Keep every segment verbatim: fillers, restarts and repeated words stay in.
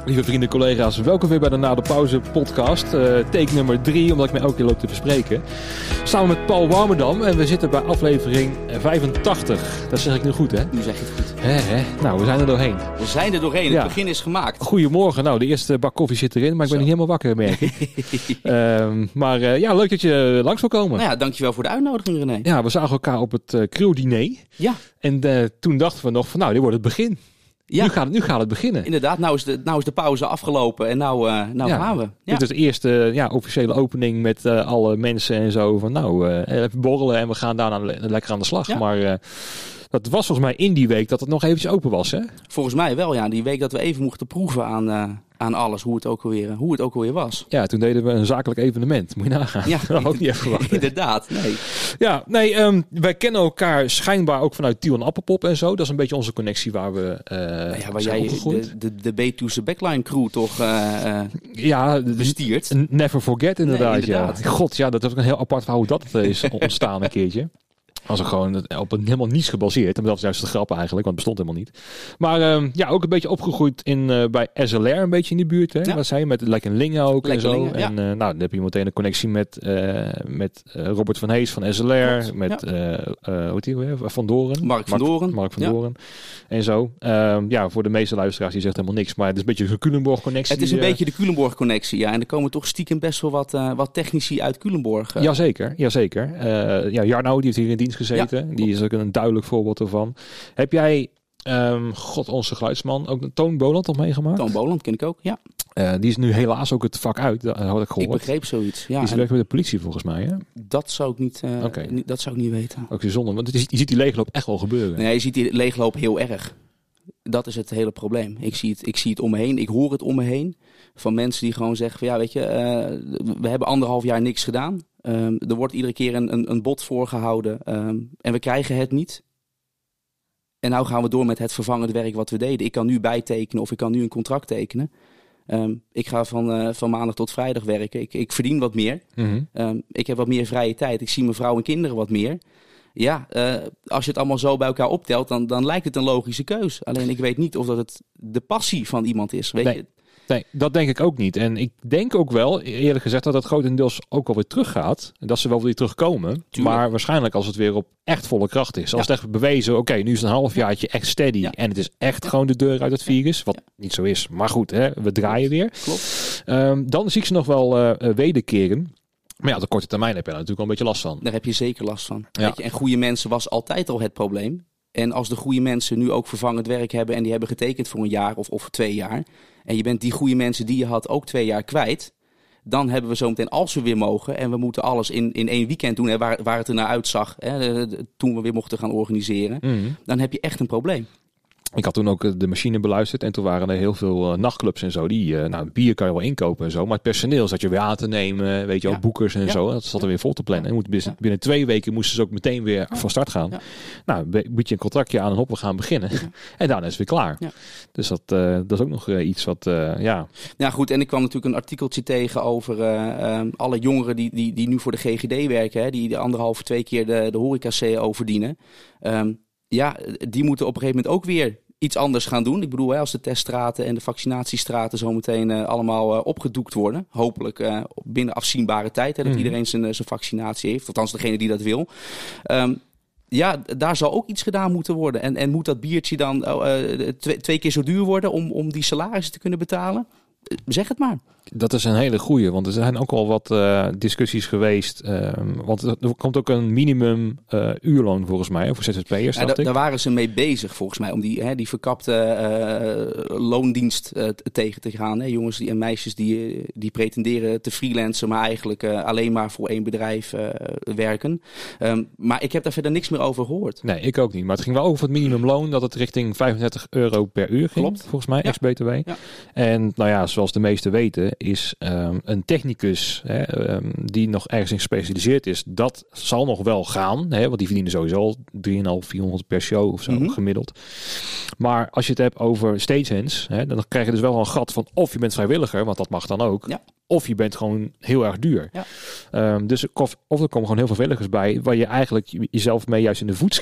Lieve vrienden, collega's, welkom weer bij de Na de Pauze podcast. Uh, take nummer drie, omdat ik mij elke keer loop te bespreken. Samen met Paul Warmerdam en we zitten bij aflevering vijfentachtig. Dat zeg ik nu goed, hè? Nu zeg je het goed. Hè, hè? Nou, we zijn er doorheen. We zijn er doorheen, het ja. begin is gemaakt. Goedemorgen, nou, de eerste bak koffie zit erin, maar ik ben Zo. niet helemaal wakker, merk ik. uh, maar uh, ja, leuk dat je langs wil komen. Nou ja, dankjewel voor de uitnodiging, René. Ja, we zagen elkaar op het uh, crew-diner. Ja. En uh, toen dachten we nog van, nou, dit wordt het begin. Ja. Nu, gaat het, nu gaat het beginnen. Inderdaad, nou is de, nou is de pauze afgelopen en nou, uh, nou ja. gaan we. Ja. Dit is de eerste ja, officiële opening met uh, alle mensen en zo. Van nou, uh, even borrelen en we gaan daarna le- lekker aan de slag. Ja. Maar uh, dat was volgens mij in die week dat het nog eventjes open was, hè? Volgens mij wel, ja. Die week dat we even mochten proeven aan, uh, aan alles, hoe het, ook alweer, hoe het ook alweer was. Ja, toen deden we een zakelijk evenement. Moet je nagaan. Ja, dat had ook niet even verwacht. Inderdaad, nee. Ja, nee, um, wij kennen elkaar schijnbaar ook vanuit Tiel en Appelpop en zo. Dat is een beetje onze connectie waar we uh, nou ja, waar zijn jij opgegroeid. De, de, de B two's Backline crew toch uh, uh, ja, bestiert. Never forget inderdaad, nee, inderdaad. Ja. God, ja, dat is ook een heel apart verhaal hoe dat is ontstaan een keertje. Als er gewoon op een helemaal niets gebaseerd. En dat was juist de grap eigenlijk, want het bestond helemaal niet. Maar um, ja, ook een beetje opgegroeid in, uh, bij S L R, een beetje in die buurt. Hè? Ja. Wat zei je, met Lek en Lingen ook Lek en zo. Lingen, ja. En uh, nou, dan heb je meteen een connectie met, uh, met uh, Robert van Hees van S L R. Klopt. Met, ja. uh, uh, hoe heet die weer? Van Doren. Mark van Doren. Mark van ja. Doren. En zo. Um, ja, voor de meeste luisteraars, die zegt helemaal niks. Maar het is een beetje een Culemborg-connectie. Het is een uh, beetje de Culemborg-connectie, ja. En er komen toch stiekem best wel wat, uh, wat technici uit Culemborg. Uh. Jazeker, jazeker. Uh, ja, Jarno, die heeft hier in dienst gezeten. Ja. Die is ook een duidelijk voorbeeld ervan. Heb jij, um, god onze geluidsman, ook Toon Boland nog meegemaakt? Toon Boland ken ik ook, ja. Uh, die is nu helaas ook het vak uit, dat had ik gehoord. Ik begreep zoiets, ja. Die is werkt bij de politie volgens mij, hè? Dat zou ik niet, uh, okay. niet, dat zou ik niet weten. Ook bijzonder, want je ziet die leegloop echt wel gebeuren. Nee, je ziet die leegloop heel erg. Dat is het hele probleem. Ik zie het, ik zie het om me heen, ik hoor het om me heen. Van mensen die gewoon zeggen van ja, weet je, uh, we hebben anderhalf jaar niks gedaan. Um, er wordt iedere keer een, een, een bod voorgehouden um, en we krijgen het niet. En nou gaan we door met het vervangend werk wat we deden. Ik kan nu bijtekenen of ik kan nu een contract tekenen. Um, ik ga van, uh, van maandag tot vrijdag werken. Ik, ik verdien wat meer. Mm-hmm. Um, ik heb wat meer vrije tijd. Ik zie mijn vrouw en kinderen wat meer. Ja, uh, als je het allemaal zo bij elkaar optelt, dan, dan lijkt het een logische keus. Alleen ik weet niet of dat het de passie van iemand is. Weet nee. je? Nee, dat denk ik ook niet. En ik denk ook wel, eerlijk gezegd, dat het grotendeels ook alweer teruggaat. En dat ze wel weer terugkomen. Tuurlijk. Maar waarschijnlijk als het weer op echt volle kracht is. Als ja. het echt bewezen, oké, okay, nu is het een halfjaartje echt steady. Ja. En het is echt ja. gewoon de deur uit het virus. Wat ja. niet zo is. Maar goed, hè, we draaien weer. Klopt. Um, dan zie ik ze nog wel uh, wederkeren. Maar ja, op de korte termijn heb je daar natuurlijk wel een beetje last van. Daar heb je zeker last van. Ja. Weet je, en goede mensen was altijd al het probleem. En als de goede mensen nu ook vervangend werk hebben en die hebben getekend voor een jaar of, of twee jaar. En je bent die goede mensen die je had ook twee jaar kwijt. Dan hebben we zometeen, als we weer mogen en we moeten alles in, in één weekend doen, hè, waar, waar het er naar uitzag, hè, de, de, toen we weer mochten gaan organiseren. Mm-hmm. Dan heb je echt een probleem. Ik had toen ook de machine beluisterd en toen waren er heel veel uh, nachtclubs en zo. Die, uh, nou, bier kan je wel inkopen en zo, maar het personeel zat je weer aan te nemen, weet je, ja. ook boekers en ja. zo. Dat zat er weer vol te plannen. En moet binnen, binnen twee weken moesten ze ook meteen weer ja. van start gaan. Ja. Nou, bied je een contractje aan en hop, we gaan beginnen. Ja. En daarna is het weer klaar. Ja. Dus dat, uh, dat is ook nog uh, iets wat, uh, ja. Ja, goed. En ik kwam natuurlijk een artikeltje tegen over uh, um, alle jongeren die, die, die nu voor de G G D werken, hè, die de anderhalf, twee keer de, de horeca C E O verdienen. Um, ja, die moeten op een gegeven moment ook weer iets anders gaan doen. Ik bedoel, hè, als de teststraten en de vaccinatiestraten zo meteen uh, allemaal uh, opgedoekt worden. Hopelijk uh, binnen afzienbare tijd. Hè, dat mm. iedereen zijn, uh, zijn vaccinatie heeft. Althans, degene die dat wil. Um, ja, daar zal ook iets gedaan moeten worden. En, en moet dat biertje dan uh, twee, twee keer zo duur worden om, om die salarissen te kunnen betalen? Zeg het maar. Dat is een hele goeie, want er zijn ook al wat uh, discussies geweest. Uh, want er komt ook een minimum uh, uurloon volgens mij voor Z Z P'ers. Ja, da- daar waren ze mee bezig volgens mij om die, hè, die verkapte uh, loondienst uh, tegen te gaan. Hè. Jongens die, en meisjes die, die pretenderen te freelancen, maar eigenlijk uh, alleen maar voor één bedrijf uh, werken. Um, maar ik heb daar verder niks meer over gehoord. Nee, ik ook niet. Maar het ging wel over het minimumloon, dat het richting vijfendertig euro per uur ging. Klopt. Volgens mij, ja. ex-B T W. Ja. En nou ja, zoals de meesten weten, is um, een technicus hè, um, die nog ergens in gespecialiseerd is, dat zal nog wel gaan. Hè, want die verdienen sowieso al drieënhalf, vierhonderd per show of zo mm-hmm. gemiddeld. Maar als je het hebt over stagehands, hè, dan krijg je dus wel een gat van of je bent vrijwilliger, want dat mag dan ook. Ja. Of je bent gewoon heel erg duur. Ja. Um, dus of, of er komen gewoon heel veel vrijwilligers bij waar je eigenlijk jezelf mee juist in de voet schiet.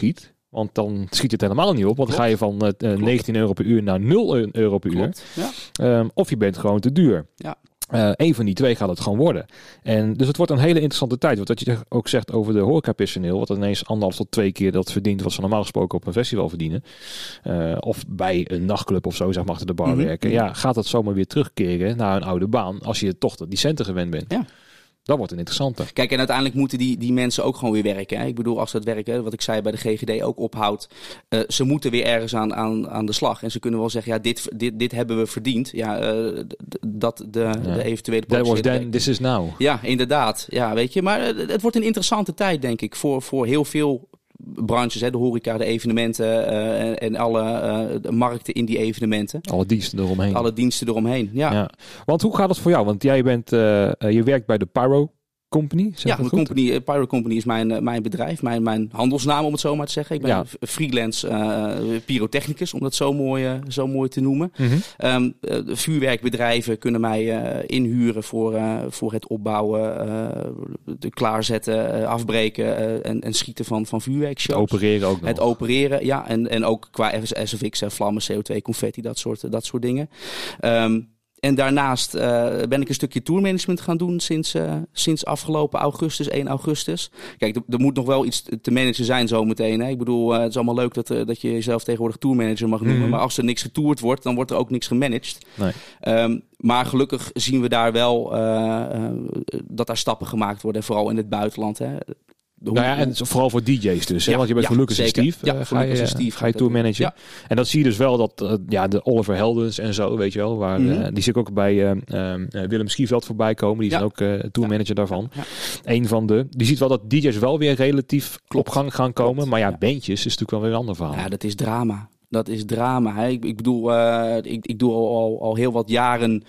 Want dan schiet het helemaal niet op. Want dan ga je van uh, negentien euro per uur naar nul euro per Klopt. uur. Ja. Um, of je bent gewoon te duur. Ja. Uh, een van die twee gaat het gewoon worden. En dus het wordt een hele interessante tijd. Want wat je ook zegt over de horecapersoneel, wat ineens anderhalf tot twee keer dat verdient wat ze normaal gesproken op een festival verdienen. Uh, of bij een nachtclub of zo, zeg maar, achter de bar Mm-hmm. werken. Ja, gaat dat zomaar weer terugkeren naar een oude baan als je toch die centen gewend bent. Ja. Dat wordt een interessante. Kijk, en uiteindelijk moeten die, die mensen ook gewoon weer werken. Hè? Ik bedoel, als dat werk, hè, wat ik zei bij de G G D, ook ophoudt. Uh, ze moeten weer ergens aan, aan, aan de slag. En ze kunnen wel zeggen, ja, dit, dit, dit hebben we verdiend. Ja, uh, d- dat de, ja. de eventuele... That was then, this is now. Ja, inderdaad. Ja, weet je. Maar uh, het wordt een interessante tijd, denk ik, voor, voor heel veel branches. Hè? De horeca, de evenementen uh, en, en alle uh, de markten in die evenementen. Alle diensten eromheen. Alle diensten eromheen, ja. ja. Want hoe gaat het voor jou? Want jij bent, uh, je werkt bij de Pyro Company. Ja, de company, Pyro Company is mijn, uh, mijn bedrijf, mijn, mijn handelsnaam om het zo maar te zeggen. Ik ben ja. een freelance uh, pyrotechnicus, om dat zo mooi, uh, zo mooi te noemen. Mm-hmm. Um, uh, de vuurwerkbedrijven kunnen mij uh, inhuren voor, uh, voor het opbouwen, uh, de klaarzetten, uh, afbreken uh, en, en schieten van, van vuurwerkshows. Het opereren ook nog. Het opereren, ja. En, en ook qua S F X, uh, vlammen, C O twee, confetti, dat soort, dat soort dingen. Um, En daarnaast uh, ben ik een stukje tourmanagement gaan doen sinds, uh, sinds afgelopen augustus, één augustus. Kijk, er, er moet nog wel iets te managen zijn zometeen. Hè? Ik bedoel, uh, het is allemaal leuk dat, uh, dat je jezelf tegenwoordig tourmanager mag noemen. Mm-hmm. Maar als er niks getoerd wordt, dan wordt er ook niks gemanaged. Nee. Um, maar gelukkig zien we daar wel uh, uh, dat daar stappen gemaakt worden. Vooral in het buitenland, hè. Nou ja, en vooral voor D J's dus. Hè? Ja, Want je bent ja, voor Lucas zeker. en Steve. Ja, uh, voor ga Lucas je, en Steve ga je tourmanagen. Ja. En dat zie je dus wel dat uh, ja, de Oliver Heldens en zo, weet je wel. Waar, mm-hmm. uh, die zie ik ook bij uh, uh, Willem Schieveld voorbij komen. Die is ja. ook uh, tourmanager ja. daarvan. Ja. Eén van de. Die ziet wel dat D J's wel weer relatief Klopt. op gang gaan komen. Klopt. Maar ja, ja, bandjes is natuurlijk wel weer een ander verhaal. Ja, dat is drama. Dat is drama. Hè? Ik, ik bedoel, uh, ik, ik doe al, al, al heel wat jaren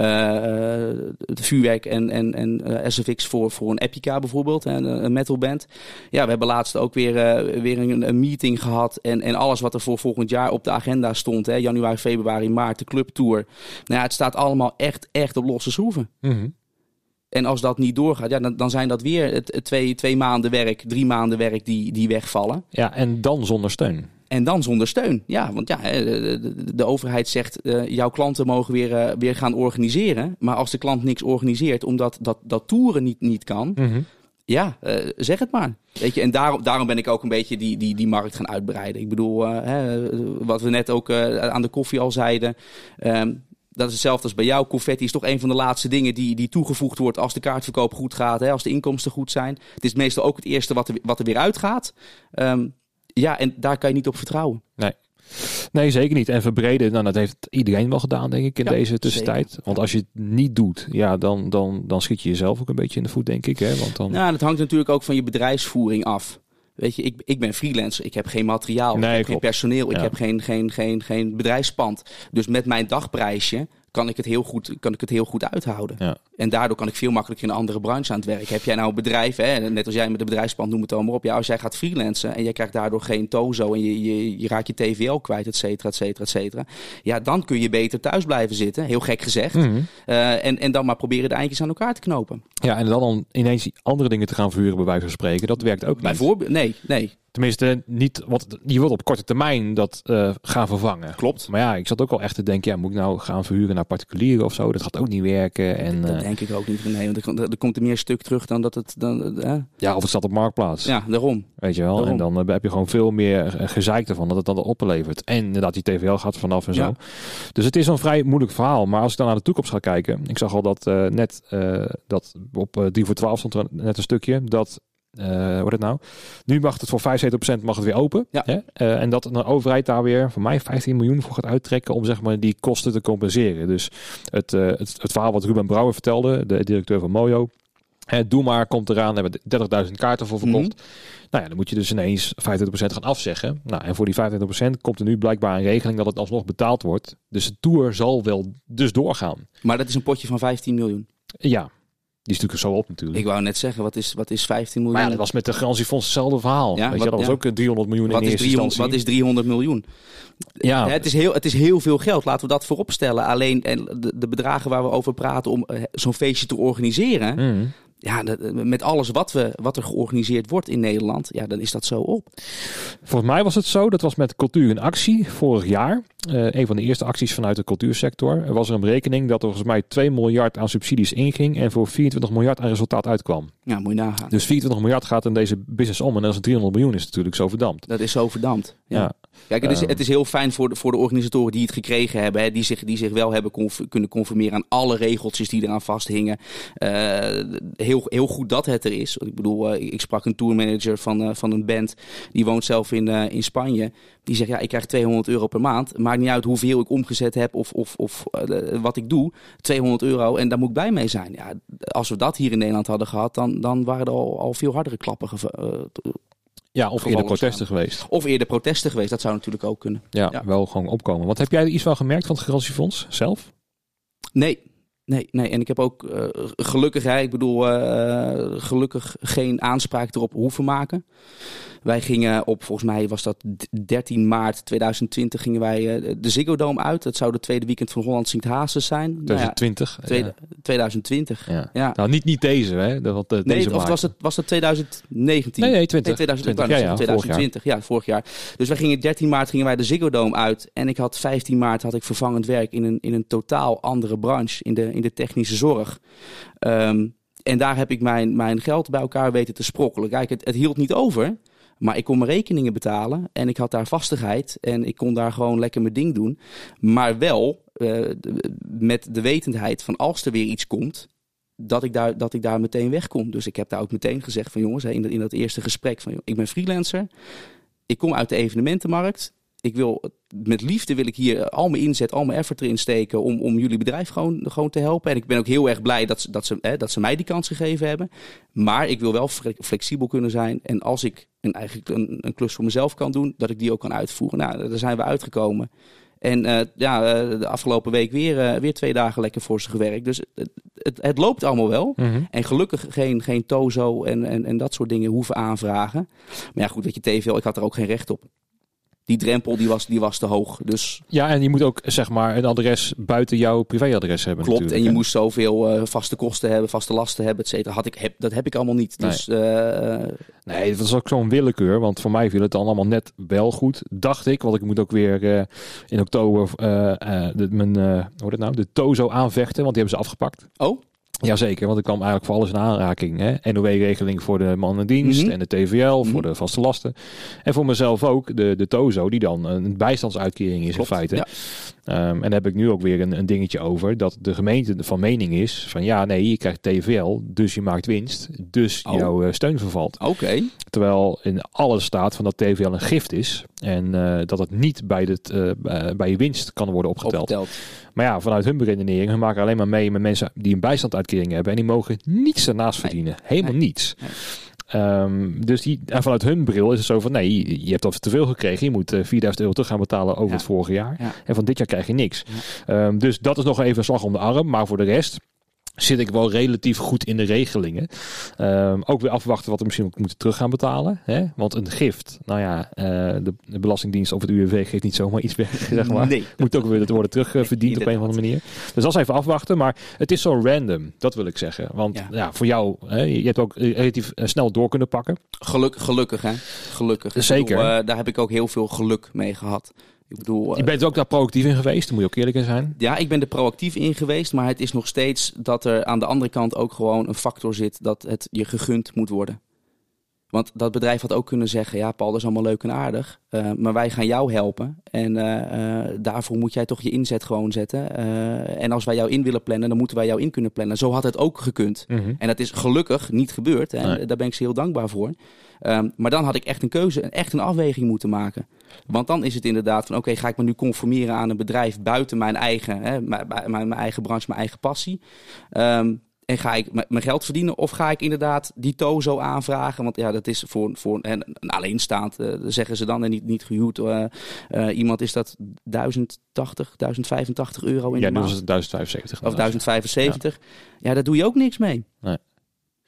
uh, het vuurwerk en, en, en uh, S F X voor, voor een Epica bijvoorbeeld, hè? Een, een metalband. Ja, we hebben laatst ook weer, uh, weer een, een meeting gehad en, en alles wat er voor volgend jaar op de agenda stond. Hè? Januari, februari, maart, de clubtour. Nou ja, het staat allemaal echt, echt op losse schroeven. Mm-hmm. En als dat niet doorgaat, ja, dan, dan zijn dat weer het, het twee, twee maanden werk, drie maanden werk die, die wegvallen. Ja, en dan zonder steun. En dan zonder steun. Ja, want ja, de, de, de overheid zegt, uh, jouw klanten mogen weer, uh, weer gaan organiseren. Maar als de klant niks organiseert, omdat dat, dat toeren niet, niet kan... Mm-hmm. Ja, uh, zeg het maar. Weet je, en daarom, daarom ben ik ook een beetje die, die, die markt gaan uitbreiden. Ik bedoel, uh, hè, wat we net ook uh, aan de koffie al zeiden... Um, dat is hetzelfde als bij jou. Confetti is toch een van de laatste dingen die, die toegevoegd wordt als de kaartverkoop goed gaat. Hè, als de inkomsten goed zijn. Het is meestal ook het eerste wat er, wat er weer uitgaat. Um, ja, en daar kan je niet op vertrouwen. Nee. Nee, zeker niet. En verbreden, nou, dat heeft iedereen wel gedaan, denk ik, in ja, deze tussentijd. Zeker. Want als je het niet doet, ja, dan, dan, dan schiet je jezelf ook een beetje in de voet, denk ik. Hè? Want dan... Nou, dat hangt natuurlijk ook van je bedrijfsvoering af. Weet je, ik, ik ben freelancer. Ik heb geen materiaal. Nee, ik heb klopt. geen personeel. Ik ja. heb geen, geen, geen, geen bedrijfspand. Dus met mijn dagprijsje kan ik het heel goed, kan ik het heel goed uithouden. Ja. En daardoor kan ik veel makkelijker in een andere branche aan het werk. Heb jij nou een bedrijf, hè, net als jij met de bedrijfspand, noem het allemaal op. Ja, als jij gaat freelancen en jij krijgt daardoor geen tozo en je, je, je raakt je T V L kwijt, et cetera, et cetera, et cetera. Ja, dan kun je beter thuis blijven zitten. Heel gek gezegd. Mm-hmm. Uh, en, en dan maar proberen de eindjes aan elkaar te knopen. Ja, en dan, dan ineens andere dingen te gaan verhuren, bij wijze van spreken. Dat werkt ook niet. Bijvoorbeeld, nee, nee. Tenminste, niet, want je wilt op korte termijn dat uh, gaan vervangen. Klopt. Maar ja, ik zat ook al echt te denken, ja, moet ik nou gaan verhuren naar particulieren of zo? Dat gaat ook niet werken. En, dat uh, denk ik ook niet. Nee, want er, er komt er meer stuk terug dan dat het... Dan, uh, ja, of het staat op Marktplaats. Ja, daarom. Weet je wel. Daarom. En dan uh, heb je gewoon veel meer uh, gezeik ervan dat het dan oplevert. En inderdaad, die T V L gaat vanaf en zo. Ja. Dus het is een vrij moeilijk verhaal. Maar als ik dan naar de toekomst ga kijken. Ik zag al dat uh, net, uh, dat op uh, drie voor twaalf stond er net een stukje, dat... Uh, wat het nou? Nu mag het voor vijfenzeventig procent mag het weer open. Ja. Hè? Uh, en dat de overheid daar weer voor mij vijftien miljoen voor gaat uittrekken om zeg maar die kosten te compenseren. Dus het, uh, het, het verhaal wat Ruben Brouwer vertelde, de directeur van Mojo. Hè, doe maar, komt eraan, hebben dertigduizend kaarten voor verkocht. Mm-hmm. Nou ja, dan moet je dus ineens vijfentwintig procent gaan afzeggen. Nou, en voor die vijfentwintig procent komt er nu blijkbaar een regeling dat het alsnog betaald wordt. Dus de tour zal wel dus doorgaan. Maar dat is een potje van vijftien miljoen. Ja. Die is natuurlijk zo op natuurlijk. Ik wou net zeggen, wat is, wat is vijftien miljoen? Maar ja, dat was met de garantiefonds hetzelfde verhaal. Ja, Weet wat, je, dat was ja. ook driehonderd miljoen wat in eerste driehonderd, instantie. Wat is driehonderd miljoen? Ja. Het is, heel, het is heel veel geld, laten we dat voorop stellen. Alleen en de, de bedragen waar we over praten om uh, zo'n feestje te organiseren... Mm. ja, dat, met alles wat, we, wat er georganiseerd wordt in Nederland, ja, dan is dat zo op. Volgens mij was het zo, dat was met Cultuur in Actie vorig jaar. Uh, een van de eerste acties vanuit de cultuursector. Er was er een berekening dat er volgens mij twee miljard aan subsidies inging en voor vierentwintig miljard aan resultaat uitkwam. Ja, moet je nagaan. Dus vierentwintig miljard gaat in deze business om en dat is driehonderd miljoen is natuurlijk zo verdampt. Dat is zo verdampt. Ja. Ja. Kijk, het is, het is heel fijn voor de, voor de organisatoren die het gekregen hebben. Hè, die, zich, die zich wel hebben conf, kunnen conformeren aan alle regeltjes die eraan vasthingen. Uh, heel, heel goed dat het er is. Ik bedoel, uh, ik sprak een tourmanager van, uh, van een band. Die woont zelf in, uh, in Spanje. Die zegt, ja, ik krijg tweehonderd euro per maand. Maakt niet uit hoeveel ik omgezet heb of, of, of uh, wat ik doe. tweehonderd euro en daar moet ik blij mee zijn. Ja, als we dat hier in Nederland hadden gehad, dan, dan waren er al, al veel hardere klappen gevallen. Uh, Ja, of eerder protesten geweest. Of eerder protesten geweest, dat zou natuurlijk ook kunnen. Ja, ja, wel gewoon opkomen. Want heb jij iets van gemerkt van het garantiefonds zelf? Nee, nee, nee. En ik heb ook uh, gelukkig, hè, ik bedoel, uh, gelukkig geen aanspraak erop hoeven maken. Wij gingen op, volgens mij was dat dertien maart tweeduizend twintig, gingen wij uh, de Ziggo Dome uit. Dat zou de tweede weekend van Holland Sint Hazes zijn. tweeduizend twintig. Nou ja, tweede, tweeduizend twintig. Ja. Ja. Nou, niet, niet deze, hè? De, wat, de, nee, deze of was het, was het tweeduizend negentien? Nee, nee, twintig. Nee, tweeduizend twintig. twintig. Ja, ja, tweeduizend twintig, vorig ja, vorig jaar. Dus wij gingen dertien maart gingen wij de Ziggo Dome uit. En ik had vijftien maart had ik vervangend werk in een, in een totaal andere branche, in de, in de technische zorg. Um, en daar heb ik mijn, mijn geld bij elkaar weten te sprokkelen. Kijk, het, het hield niet over. Maar ik kon mijn rekeningen betalen en ik had daar vastigheid en ik kon daar gewoon lekker mijn ding doen. Maar wel uh, met de wetendheid van als er weer iets komt, dat ik daar, dat ik daar meteen wegkom. Dus ik heb daar ook meteen gezegd van jongens, in dat, in dat eerste gesprek van ik ben freelancer, ik kom uit de evenementenmarkt. Ik wil, met liefde wil ik hier al mijn inzet, al mijn effort erin steken om, om jullie bedrijf gewoon, gewoon te helpen. En ik ben ook heel erg blij dat ze, dat, ze, hè, dat ze mij die kans gegeven hebben. Maar ik wil wel flexibel kunnen zijn. En als ik een, eigenlijk een, een klus voor mezelf kan doen, dat ik die ook kan uitvoeren. Nou, daar zijn we uitgekomen. En uh, ja, uh, de afgelopen week weer, uh, weer twee dagen lekker voor ze gewerkt. Dus het, het, het loopt allemaal wel. Mm-hmm. En gelukkig geen, geen tozo en, en, en dat soort dingen hoeven aanvragen. Maar ja, goed, dat je T V L, ik had er ook geen recht op. Die drempel die was, die was te hoog. Dus... Ja, en je moet ook zeg maar een adres buiten jouw privéadres hebben. Klopt, en je hè? moest zoveel uh, vaste kosten hebben, vaste lasten hebben, et cetera. Had ik, heb, dat heb ik allemaal niet. Nee. Dus, uh, nee, dat was ook zo'n willekeur. Want voor mij viel het dan allemaal net wel goed, dacht ik. Want ik moet ook weer uh, in oktober uh, uh, de, mijn, uh, hoe heet het nou, de Tozo aanvechten. Want die hebben ze afgepakt. Oh? Jazeker, want ik kwam eigenlijk voor alles in aanraking. Hè? N O W-regeling voor de man in dienst mm-hmm. en de T V L voor mm-hmm. de vaste lasten. En voor mezelf ook de, de Tozo, die dan een bijstandsuitkering is. Klopt, in feite. Ja. Um, en daar heb ik nu ook weer een, een dingetje over. Dat de gemeente van mening is van ja, nee, je krijgt T V L, dus je maakt winst. Dus oh. jouw uh, steun vervalt. Oké. Okay. Terwijl in alles staat van dat T V L een gift is. En uh, dat het niet bij, dit, uh, bij je winst kan worden opgeteld. opgeteld. Maar ja, vanuit hun beredenering, hun maken alleen maar mee met mensen die een bijstandsuitkering hebben. En die mogen niets ernaast verdienen. Nee. Helemaal nee. niets. Nee. Um, dus die, en vanuit hun bril is het zo van nee, je hebt al te veel gekregen. Je moet uh, vierduizend euro terug gaan betalen over ja. het vorige jaar. Ja. En van dit jaar krijg je niks. Ja. Um, dus dat is nog even een slag om de arm. Maar voor de rest zit ik wel relatief goed in de regelingen. Um, ook weer afwachten wat we misschien ook moeten terug gaan betalen. Hè? Want een gift, nou ja, uh, de, de Belastingdienst of het U W V geeft niet zomaar iets weg, zeg maar. Nee. Moet ook weer worden terugverdiend nee, op een of andere manier. Dus dat is even afwachten. Maar het is zo random, dat wil ik zeggen. Want ja, ja voor jou, hè, je hebt ook relatief snel door kunnen pakken. Geluk, gelukkig, hè. Gelukkig. Zeker. Bedoel, uh, daar heb ik ook heel veel geluk mee gehad. Ik bedoel, je bent er ook daar proactief in geweest, daar moet je ook eerlijk in zijn. Ja, ik ben er proactief in geweest, maar het is nog steeds dat er aan de andere kant ook gewoon een factor zit dat het je gegund moet worden. Want dat bedrijf had ook kunnen zeggen, ja Paul, dat is allemaal leuk en aardig, uh, maar wij gaan jou helpen. En uh, uh, daarvoor moet jij toch je inzet gewoon zetten. Uh, en als wij jou in willen plannen, dan moeten wij jou in kunnen plannen. Zo had het ook gekund. Mm-hmm. En dat is gelukkig niet gebeurd. Hè? Nee. Daar ben ik ze heel dankbaar voor. Um, maar dan had ik echt een keuze, echt een afweging moeten maken. Want dan is het inderdaad van, oké, okay, ga ik me nu conformeren aan een bedrijf buiten mijn eigen, hè, mijn, mijn, mijn eigen branche, mijn eigen passie. Um, En ga ik m- mijn geld verdienen of ga ik inderdaad die Tozo aanvragen? Want ja, dat is voor, voor een, een alleenstaand, uh, zeggen ze dan, en niet, niet gehuwd. Uh, uh, iemand is dat duizend tachtig, duizend vijfentachtig euro in ja, de maand. Ja, nu is het duizend vijfenzeventig. Of duizend vijfenzeventig. Ja. ja, daar doe je ook niks mee. Nee.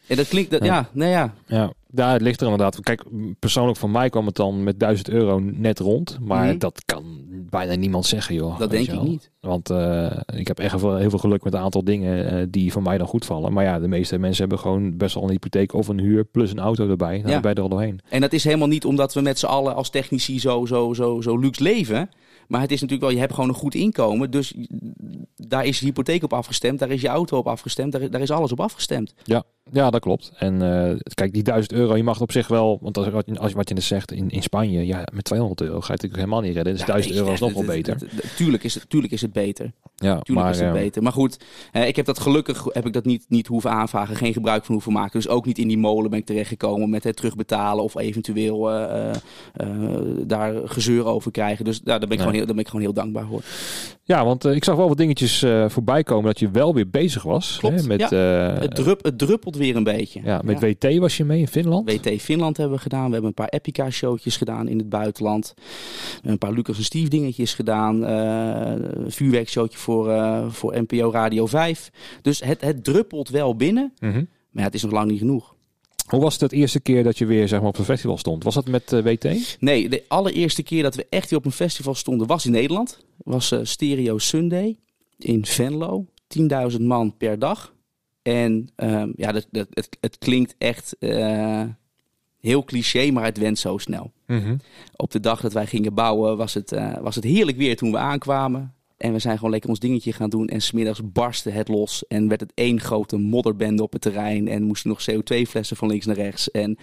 En dat klinkt... Dat, ja. ja, nou ja. Ja, daar het ligt er inderdaad. Kijk, persoonlijk van mij kwam het dan met duizend euro net rond. Maar mm-hmm. dat kan bijna niemand zeggen, joh. Dat denk ik niet. Want uh, ik heb echt heel veel, heel veel geluk met een aantal dingen uh, die van mij dan goed vallen. Maar ja, de meeste mensen hebben gewoon best wel een hypotheek of een huur plus een auto erbij. Nou, ja. Dan ben je er al doorheen. En dat is helemaal niet omdat we met z'n allen als technici zo, zo, zo, zo luxe leven. Maar het is natuurlijk wel, je hebt gewoon een goed inkomen. Dus daar is je hypotheek op afgestemd. Daar is je auto op afgestemd. Daar, daar is alles op afgestemd. Ja, ja dat klopt. En uh, kijk, die duizend euro, je mag het op zich wel... Want als, als je wat je net zegt, in, in Spanje... Ja, met tweehonderd euro ga je natuurlijk helemaal niet redden. Dus ja, duizend euro is nog wel beter. Tuurlijk is het, tuurlijk is het beter. Ja, tuurlijk maar, is het beter. Maar goed, eh, ik heb dat gelukkig heb ik dat niet, niet hoeven aanvragen. Geen gebruik van hoeven maken. Dus ook niet in die molen ben ik terechtgekomen met het terugbetalen. Of eventueel uh, uh, daar gezeur over krijgen. Dus ja, daar, ben ik nee. gewoon heel, daar ben ik gewoon heel dankbaar voor. Ja, want uh, ik zag wel wat dingetjes uh, voorbij komen dat je wel weer bezig was. Klopt, hè, met, ja. uh, het, drup, het druppelt weer een beetje. Ja, met ja. W T was je mee in Finland? W T Finland hebben we gedaan. We hebben een paar Epica-showtjes gedaan in het buitenland. We hebben een paar Lucas en Steve dingetjes gedaan. Uh, een vuurwerkshowtje voor, uh, voor N P O Radio vijf. Dus het, het druppelt wel binnen. Mm-hmm. Maar ja, het is nog lang niet genoeg. Hoe was het de eerste keer dat je weer zeg maar, op een festival stond? Was dat met uh, W T? Nee, de allereerste keer dat we echt weer op een festival stonden was in Nederland. Was uh, Stereo Sunday in Venlo. tienduizend man per dag. En um, ja, dat, dat, het, het klinkt echt uh, heel cliché, maar het went zo snel. Mm-hmm. Op de dag dat wij gingen bouwen was het, uh, was het heerlijk weer toen we aankwamen. En we zijn gewoon lekker ons dingetje gaan doen. En 's middags barstte het los. En werd het één grote modderbende op het terrein. En moesten nog C O twee flessen van links naar rechts. En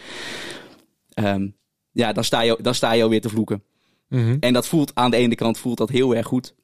um, ja, dan sta je, dan sta je alweer te vloeken. Mm-hmm. En dat voelt aan de ene kant voelt dat heel erg goed.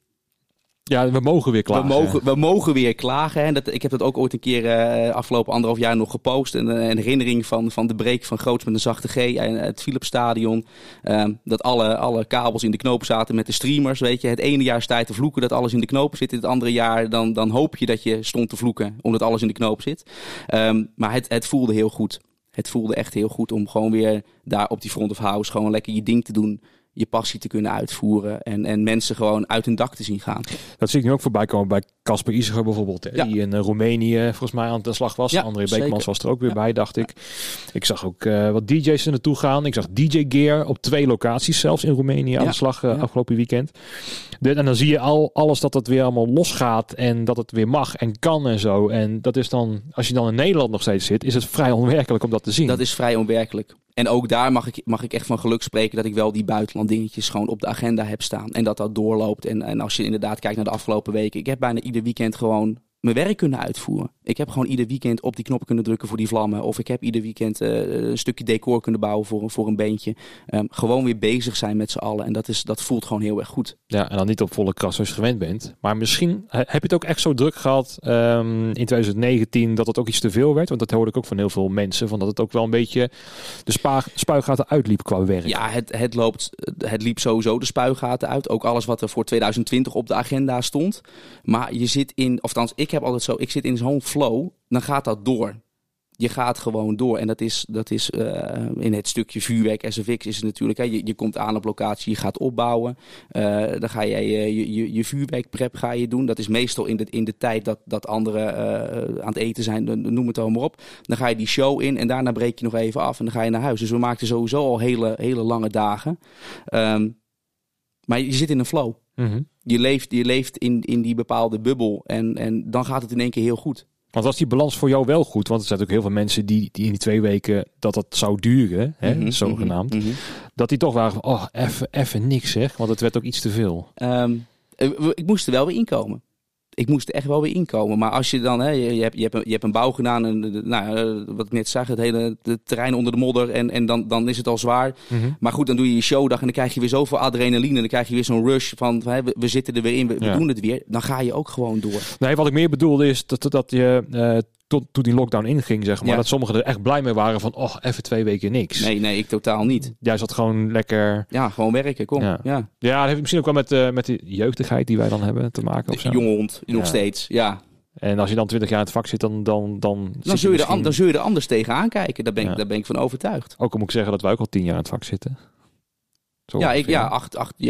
Ja, we mogen weer klagen. We mogen, we mogen weer klagen. Hè. Dat, ik heb dat ook ooit een keer uh, afgelopen anderhalf jaar nog gepost. Een, een herinnering van, van de break van Groots met een zachte G en het Philipsstadion. Um, dat alle, alle kabels in de knoop zaten met de streamers. Weet je. Het ene jaar sta je te vloeken dat alles in de knoop zit. Het andere jaar dan, dan hoop je dat je stond te vloeken omdat alles in de knoop zit. Um, maar het, het voelde heel goed. Het voelde echt heel goed om gewoon weer daar op die front of house gewoon lekker je ding te doen. Je passie te kunnen uitvoeren en, en mensen gewoon uit hun dak te zien gaan. Dat zie ik nu ook voorbij komen bij Casper Isiger bijvoorbeeld. Hè, ja. Die in uh, Roemenië volgens mij aan de slag was. Ja, André Beekmans zeker. Was er ook weer ja. bij, dacht ik. Ja. Ik zag ook uh, wat D J's er naartoe gaan. Ik zag D J Gear op twee locaties zelfs in Roemenië ja. aan de slag uh, ja. afgelopen weekend. De, en dan zie je al alles dat het weer allemaal losgaat en dat het weer mag en kan en zo. En dat is dan, als je dan in Nederland nog steeds zit, is het vrij onwerkelijk om dat te zien. Dat is vrij onwerkelijk. En ook daar mag ik, mag ik echt van geluk spreken dat ik wel die buitenland dingetjes gewoon op de agenda heb staan. En dat dat doorloopt. En, en als je inderdaad kijkt naar de afgelopen weken. Ik heb bijna ieder weekend gewoon mijn werk kunnen uitvoeren. Ik heb gewoon ieder weekend op die knop kunnen drukken voor die vlammen. Of ik heb ieder weekend uh, een stukje decor kunnen bouwen voor, voor een beentje. Um, gewoon weer bezig zijn met z'n allen. En dat, is, dat voelt gewoon heel erg goed. Ja, en dan niet op volle kras zoals je gewend bent. Maar misschien heb je het ook echt zo druk gehad um, in twintig negentien dat het ook iets te veel werd. Want dat hoorde ik ook van heel veel mensen. Van dat het ook wel een beetje de spa- spuigaten uitliep qua werk. Ja, het, het, loopt, het liep sowieso de spuigaten uit. Ook alles wat er voor twintig twintig op de agenda stond. Maar je zit in, of althans, ik heb altijd zo, ik zit in zo'n flow, dan gaat dat door. Je gaat gewoon door. En dat is, dat is uh, in het stukje vuurwerk, S F X is het natuurlijk. Hè, je, je komt aan op locatie, je gaat opbouwen. Uh, dan ga jij uh, je, je, je vuurwerkprep ga je doen. Dat is meestal in de, in de tijd dat, dat anderen uh, aan het eten zijn, noem het allemaal op. Dan ga je die show in en daarna breek je nog even af en dan ga je naar huis. Dus we maakten sowieso al hele, hele lange dagen. Um, maar je zit in een flow. Mm-hmm. Je leeft, je leeft in, in die bepaalde bubbel en, en dan gaat het in één keer heel goed. Want was die balans voor jou wel goed? Want er zijn ook heel veel mensen die, die in die twee weken dat dat zou duren, hè, mm-hmm, zogenaamd. Mm-hmm. Dat die toch waren van, oh, even, even niks zeg. Want het werd ook iets te veel. Um, ik moest er wel weer inkomen. Ik moest er echt wel weer inkomen. Maar als je dan, hè, je, je, hebt, je, hebt een, je hebt een bouw gedaan. En, nou, wat ik net zag, het hele het terrein onder de modder. En, en dan, dan is het al zwaar. Mm-hmm. Maar goed, dan doe je je showdag. En dan krijg je weer zoveel adrenaline. En dan krijg je weer zo'n rush van, hè, we, we zitten er weer in. We, ja. we doen het weer. Dan ga je ook gewoon door. Nee, wat ik meer bedoelde is dat, dat je... Uh, Tot, toen die lockdown inging, zeg maar. Ja. Dat sommigen er echt blij mee waren van... oh, even twee weken niks. Nee, nee, ik totaal niet. Jij zat gewoon lekker... Ja, gewoon werken, kom. Ja, ja. ja dat heeft misschien ook wel met, uh, met de jeugdigheid die wij dan hebben te maken. Of zo. Jonge hond, nog ja. steeds, ja. En als je dan twintig jaar in het vak zit, dan... Dan, dan, dan, zul, je misschien... an, dan zul je er anders tegenaan kijken. Daar ben, ja. ik, daar ben ik van overtuigd. Ook al moet ik zeggen dat wij ook al tien jaar in het vak zitten. Zo ja, ik, ja acht, acht jaar.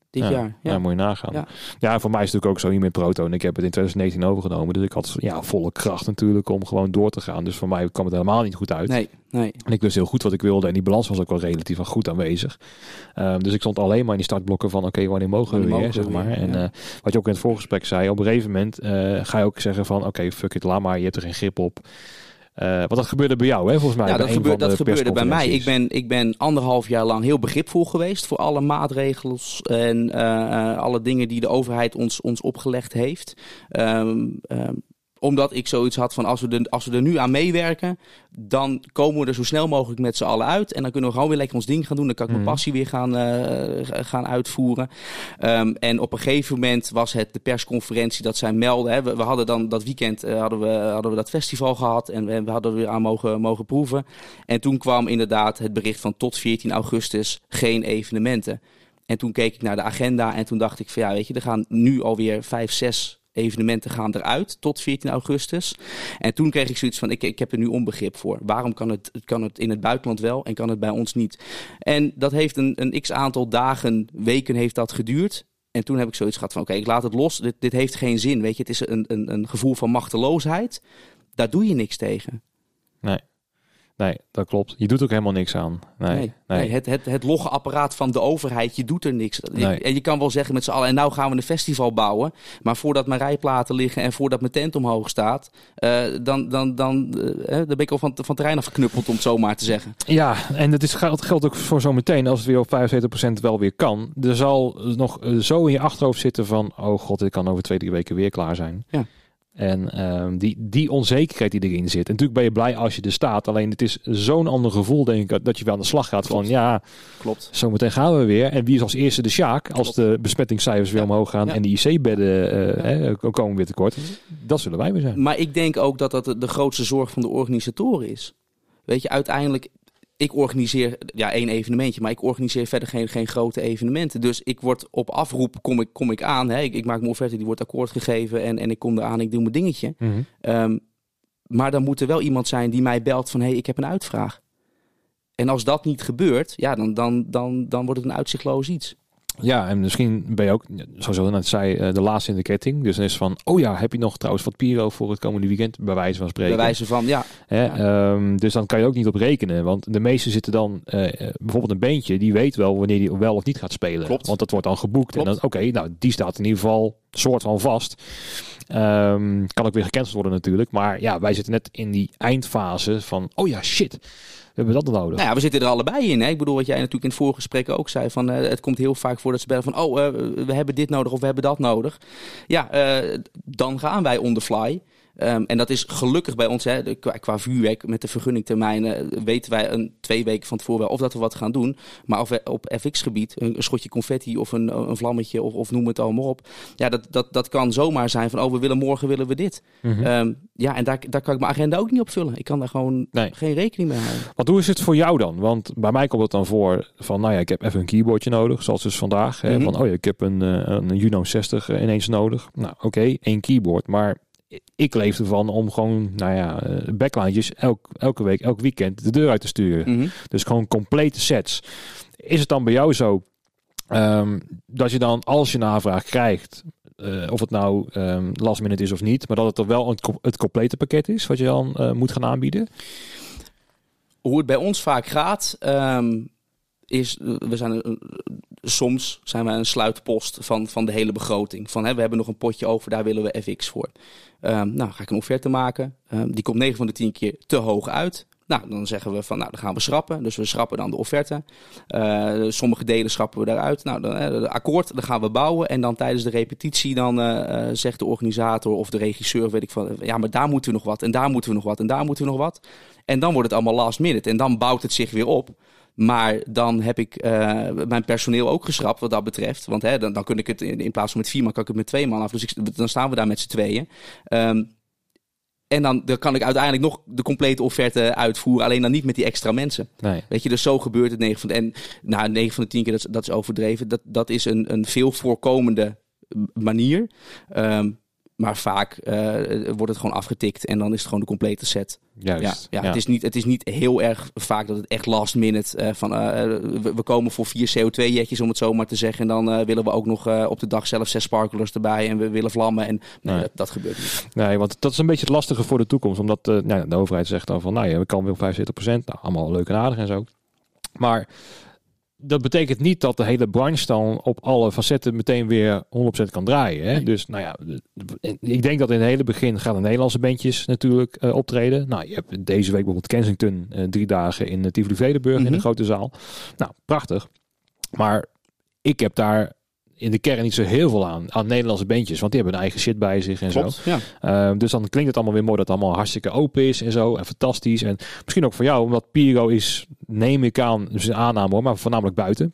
dit ja. jaar. Ja. ja, moet je nagaan. Ja. Ja. ja, voor mij is het natuurlijk ook zo hier met Proto. En ik heb het in twintig negentien overgenomen. Dus ik had ja, volle kracht natuurlijk om gewoon door te gaan. Dus voor mij kwam het helemaal niet goed uit. Nee, nee. En ik wist heel goed wat ik wilde. En die balans was ook wel relatief wel goed aanwezig. Um, dus ik stond alleen maar in die startblokken van... Oké, okay, wanneer mogen wanneer we weer, mogen zeg maar. Weer, en ja. uh, wat je ook in het voorgesprek zei... Op een gegeven moment uh, ga je ook zeggen van... Oké, okay, fuck it, laat maar. Je hebt er geen grip op. Uh, want dat gebeurde bij jou, hè, volgens mij. Ja, bij dat, gebeurde, dat gebeurde bij mij. Ik ben, ben, ik ben anderhalf jaar lang heel begripvol geweest voor alle maatregels en uh, uh, alle dingen die de overheid ons, ons opgelegd heeft. Um, um, Omdat ik zoiets had van als we, de, als we er nu aan meewerken, dan komen we er zo snel mogelijk met z'n allen uit. En dan kunnen we gewoon weer lekker ons ding gaan doen. Dan kan ik mijn passie weer gaan, uh, gaan uitvoeren. Um, en op een gegeven moment was het de persconferentie dat zij melden. Hè. We, we hadden dan dat weekend uh, hadden we, hadden we dat festival gehad. En we, we hadden er weer aan mogen, mogen proeven. En toen kwam inderdaad het bericht van tot veertien augustus geen evenementen. En toen keek ik naar de agenda en toen dacht ik van ja, weet je, er gaan nu alweer vijf, zes evenementen gaan eruit tot veertien augustus. En toen kreeg ik zoiets van, ik, ik heb er nu onbegrip voor. Waarom kan het, kan het in het buitenland wel en kan het bij ons niet? En dat heeft een, een x-aantal dagen, weken heeft dat geduurd. En toen heb ik zoiets gehad van, oké, okay, ik laat het los. Dit, dit heeft geen zin, weet je. Het is een, een, een gevoel van machteloosheid. Daar doe je niks tegen. Nee. Nee, dat klopt. Je doet ook helemaal niks aan. Nee, nee, nee. nee het, het, het loggeapparaat van de overheid, je doet er niks. Nee. Je, en je kan wel zeggen met z'n allen, en nou gaan we een festival bouwen. Maar voordat mijn rijplaten liggen en voordat mijn tent omhoog staat, uh, dan, dan, dan, uh, dan ben ik al van, van terrein afgeknuppeld, om het zo maar te zeggen. Ja, en het is, geldt, geldt ook voor zometeen, als het weer op vijfenzeventig procent wel weer kan. Er zal nog uh, zo in je achterhoofd zitten van, oh god, dit kan over twee, drie weken weer klaar zijn. Ja. En um, die, die onzekerheid die erin zit. En natuurlijk ben je blij als je er staat. Alleen het is zo'n ander gevoel, denk ik, dat je wel aan de slag gaat. Klopt. Van ja, klopt. Zometeen gaan we weer. En wie is als eerste de Sjaak als Klopt. de besmettingscijfers weer ja. omhoog gaan ja. en de I C-bedden uh, ja. uh, komen weer tekort. Dat zullen wij weer zijn. Maar ik denk ook dat dat de grootste zorg van de organisatoren is. Weet je, uiteindelijk, ik organiseer ja één evenementje, maar ik organiseer verder geen, geen grote evenementen. Dus ik word op afroep, kom ik, kom ik aan. Hè. Ik, ik maak mijn offerte, die wordt akkoord gegeven en, en ik kom eraan, ik doe mijn dingetje. Mm-hmm. Um, maar dan moet er wel iemand zijn die mij belt van, hé, hey, ik heb een uitvraag. En als dat niet gebeurt, ja, dan, dan, dan, dan wordt het een uitzichtloos iets. Ja, en misschien ben je ook, zoals je net zei, de laatste in de ketting. Dus dan is van, oh ja, heb je nog trouwens wat Piro voor het komende weekend? Bij wijze van spreken. Bij wijze van, ja. Hè, ja. Um, dus dan kan je ook niet op rekenen. Want de meesten zitten dan, uh, bijvoorbeeld een bandje, die weet wel wanneer die wel of niet gaat spelen. Klopt. Want dat wordt dan geboekt. Klopt. En dan, oké, okay, nou, die staat in ieder geval soort van vast. Um, kan ook weer gecanceld worden natuurlijk. Maar ja, wij zitten net in die eindfase van, oh ja, shit. We hebben dat nodig. Nou ja, we zitten er allebei in. Hè? Ik bedoel, wat jij natuurlijk in het vorige gesprek ook zei. Van, uh, het komt heel vaak voor dat ze bellen van, oh, uh, we hebben dit nodig of we hebben dat nodig. Ja, uh, dan gaan wij on the fly. Um, en dat is gelukkig bij ons, hè, de, qua, qua vuurwerk met de vergunningtermijnen, weten wij een twee weken van tevoren wel of dat we wat gaan doen. Maar of we op F X-gebied, een, een schotje confetti of een, een vlammetje of, of noem het allemaal op. Ja, dat, dat, dat kan zomaar zijn van, oh, we willen morgen willen we dit. Mm-hmm. Um, ja, en daar, daar kan ik mijn agenda ook niet op vullen. Ik kan daar gewoon nee. geen rekening mee houden. Want hoe is het voor jou dan? Want bij mij komt het dan voor van, nou ja, ik heb even een keyboardje nodig, zoals dus vandaag. Mm-hmm. Hè, van, oh ja, ik heb een, een Juno zestig ineens nodig. Nou, oké, okay, één keyboard, maar ik leef ervan om gewoon, nou ja, backline'tjes elk, elke week, elk weekend de deur uit te sturen. Mm-hmm. Dus gewoon complete sets. Is het dan bij jou zo um, dat je dan, als je een aanvraag krijgt, uh, of het nou um, last minute is of niet, maar dat het er wel een, het complete pakket is wat je dan uh, moet gaan aanbieden? Hoe het bij ons vaak gaat, um, is, we zijn een, soms zijn wij een sluitpost van, van de hele begroting. Van, hè, we hebben nog een potje over, daar willen we F X voor. Um, nou, ga ik een offerte maken. Um, die komt negen van de tien keer te hoog uit. Nou, dan zeggen we van, nou, dan gaan we schrappen. Dus we schrappen dan de offerte. Uh, sommige delen schrappen we daaruit. Nou, dan, uh, akkoord, dan gaan we bouwen. En dan tijdens de repetitie dan uh, zegt de organisator of de regisseur, weet ik van, ja, maar daar moeten we nog wat. En daar moeten we nog wat. En daar moeten we nog wat. En dan wordt het allemaal last minute. En dan bouwt het zich weer op. Maar dan heb ik uh, mijn personeel ook geschrapt wat dat betreft. Want hè, dan, dan kun ik het in, in plaats van met vier man, kan ik het met twee man af. Dus ik, dan staan we daar met z'n tweeën. Um, en dan, dan kan ik uiteindelijk nog de complete offerte uitvoeren. Alleen dan niet met die extra mensen. Nee. Weet je, dus zo gebeurt het negen van de, en nou, negen van de tien keer, dat, dat is overdreven. Dat, dat is een, een veel voorkomende manier. Um, maar vaak uh, wordt het gewoon afgetikt en dan is het gewoon de complete set. Juist. Ja, ja, ja. Het, is niet, het is niet heel erg vaak dat het echt last minute uh, van uh, we, we komen voor vier C O twee jetjes om het zo maar te zeggen. En dan uh, willen we ook nog uh, op de dag zelf zes sparklers erbij en we willen vlammen. En nee, Nee. dat, dat gebeurt niet. Nee, want dat is een beetje het lastige voor de toekomst. Omdat uh, nou, de overheid zegt dan van, nou ja, we kan weer vijfenzeventig procent. Nou, allemaal leuk en aardig en zo. Maar dat betekent niet dat de hele branche dan op alle facetten meteen weer honderd procent kan draaien. Hè? Nee. Dus nou ja, ik denk dat in het hele begin gaan de Nederlandse bandjes natuurlijk uh, optreden. Nou, je hebt deze week bijvoorbeeld Kensington uh, drie dagen in uh, Tivoli Vredenburg mm-hmm. in de grote zaal. Nou, prachtig. Maar ik heb daar in de kern niet zo heel veel aan, aan Nederlandse bandjes. Want die hebben een eigen shit bij zich en Klopt, zo. Ja. Uh, dus dan klinkt het allemaal weer mooi dat het allemaal hartstikke open is en zo. En fantastisch. En misschien ook voor jou, omdat Pyro is, neem ik aan, dus een aanname hoor, maar voornamelijk buiten.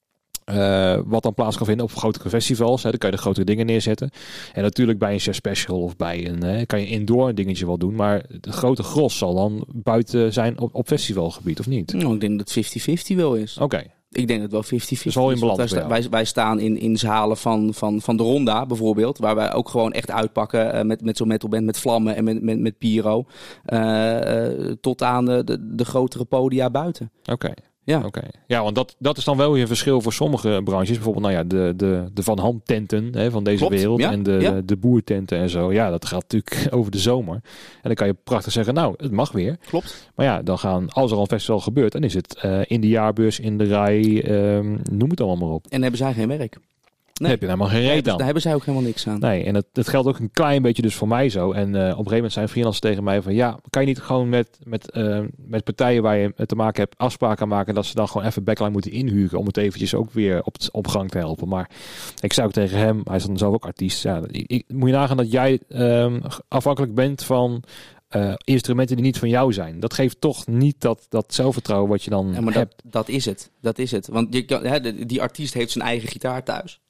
Uh, wat dan plaats kan vinden op grotere festivals. Hè, dan kan je de grotere dingen neerzetten. En natuurlijk bij een Chef Special of bij een, hè, kan je indoor een dingetje wel doen. Maar de grote gros zal dan buiten zijn op, op festivalgebied, of niet? Nou, ik denk dat het vijftig vijftig wel is. Oké. Okay. Ik denk dat het wel vijftig vijftig is. is. Wel in wij, sta, wij, wij staan in, in zalen van, van, van de Ronda bijvoorbeeld. Waar wij ook gewoon echt uitpakken uh, met, met zo'n metalband met vlammen en met, met, met pyro. Uh, uh, tot aan de, de, de grotere podia buiten. Oké. Okay. Ja. Okay. Ja, want dat, dat is dan wel weer een verschil voor sommige branches. Bijvoorbeeld nou ja, de, de, de Van Ham tenten hè, van deze Klopt, wereld. ja, En de, ja. de, de boertenten en zo. Ja, dat gaat natuurlijk over de zomer. En dan kan je prachtig zeggen, nou, het mag weer. Klopt. Maar ja, dan gaan, als er al een festival gebeurt, dan is het uh, in de jaarbeurs, in de rij, um, noem het allemaal maar op. En dan hebben zij geen werk. Nee. Daar heb je helemaal geen reet aan. Daar hebben zij ook helemaal niks aan. Nee, en dat, dat geldt ook een klein beetje dus voor mij zo. En uh, op een gegeven moment zijn freelancers tegen mij van... ja, kan je niet gewoon met, met, uh, met partijen waar je te maken hebt afspraken maken... dat ze dan gewoon even backline moeten inhuren... om het eventjes ook weer op, op gang te helpen. Maar ik zei ook tegen hem, hij is dan zelf ook artiest... Ja, ik, ik, moet je nagaan dat jij um, afhankelijk bent van... Uh, instrumenten die niet van jou zijn. Dat geeft toch niet dat, dat zelfvertrouwen wat je dan ja, maar hebt. Dat, dat is het. Dat is het. Want je kan, hè, die artiest heeft zijn eigen gitaar thuis.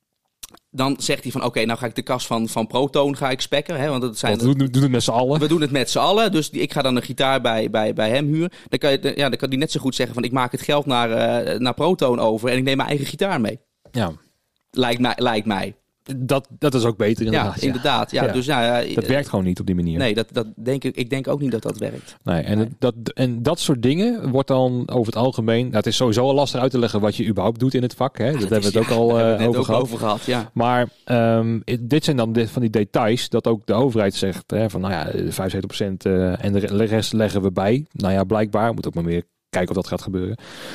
Dan zegt hij van, oké, okay, nou ga ik de kast van, van Proton ga ik spekken. Hè, want dat zijn want we doen, doen het met z'n allen. We doen het met z'n allen. Dus die, ik ga dan een gitaar bij, bij, bij hem huren. Dan kan, je, ja, dan kan hij net zo goed zeggen van, ik maak het geld naar, uh, naar Proton over en ik neem mijn eigen gitaar mee. Ja. Lijkt mij. Lijkt mij. Dat, dat is ook beter inderdaad. Ja, inderdaad. Ja, ja. Dus, nou, ja, dat werkt gewoon niet op die manier. Nee, dat, dat denk ik, ik denk ook niet dat dat werkt. Nee, en, nee. Dat, en dat soort dingen wordt dan over het algemeen... Nou, het is sowieso al lastig uit te leggen wat je überhaupt doet in het vak. Hè? Ja, dat, dat hebben we het ja, ook al uh, over, ook gehad. over gehad. Ja. Maar um, dit zijn dan dit, van die details dat ook de overheid zegt... Hè, van nou ja, vijfenzeventig procent uh, en de rest leggen we bij. Nou ja, blijkbaar. Moet ook maar meer kijken of dat gaat gebeuren.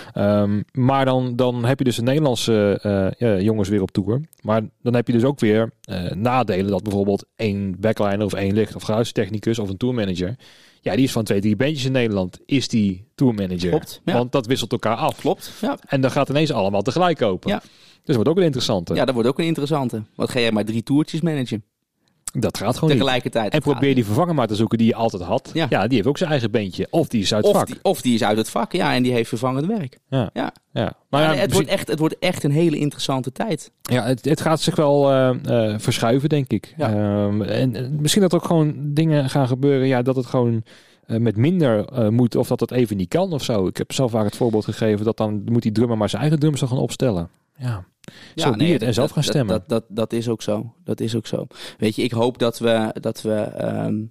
Um, maar dan, dan heb je dus de Nederlandse uh, ja, jongens weer op tour. Maar dan heb je dus ook weer uh, nadelen dat bijvoorbeeld één backliner of één licht of geluidstechnicus of een tourmanager, ja, die is van twee, drie bandjes in Nederland, is die tourmanager. Klopt, ja. Want dat wisselt elkaar af. Klopt, ja. En dan gaat ineens allemaal tegelijk open. Ja. Dus dat wordt ook een interessante. Ja, dat wordt ook een interessante. Wat ga jij maar drie toertjes managen? Dat gaat gewoon tegelijkertijd. Niet. En probeer die vervanger maar te zoeken die je altijd had. Ja. ja, die heeft ook zijn eigen bandje. Of die is uit het of vak. Die, of die is uit het vak, ja. En die heeft vervangend werk. Ja. ja. ja. Maar ja, ja het, misschien... wordt echt, het wordt echt een hele interessante tijd. Ja, het, het gaat zich wel uh, uh, verschuiven, denk ik. Ja. Um, en, en misschien dat er ook gewoon dingen gaan gebeuren. Ja, dat het gewoon uh, met minder uh, moet. Of dat het even niet kan of zo. Ik heb zelf vaak het voorbeeld gegeven. Dat dan moet die drummer maar zijn eigen drums gaan opstellen. Ja. Zo ja, nee, het en zelf gaan stemmen. Dat, dat, dat, dat is ook zo. Dat is ook zo. Weet je, ik hoop dat we dat we um,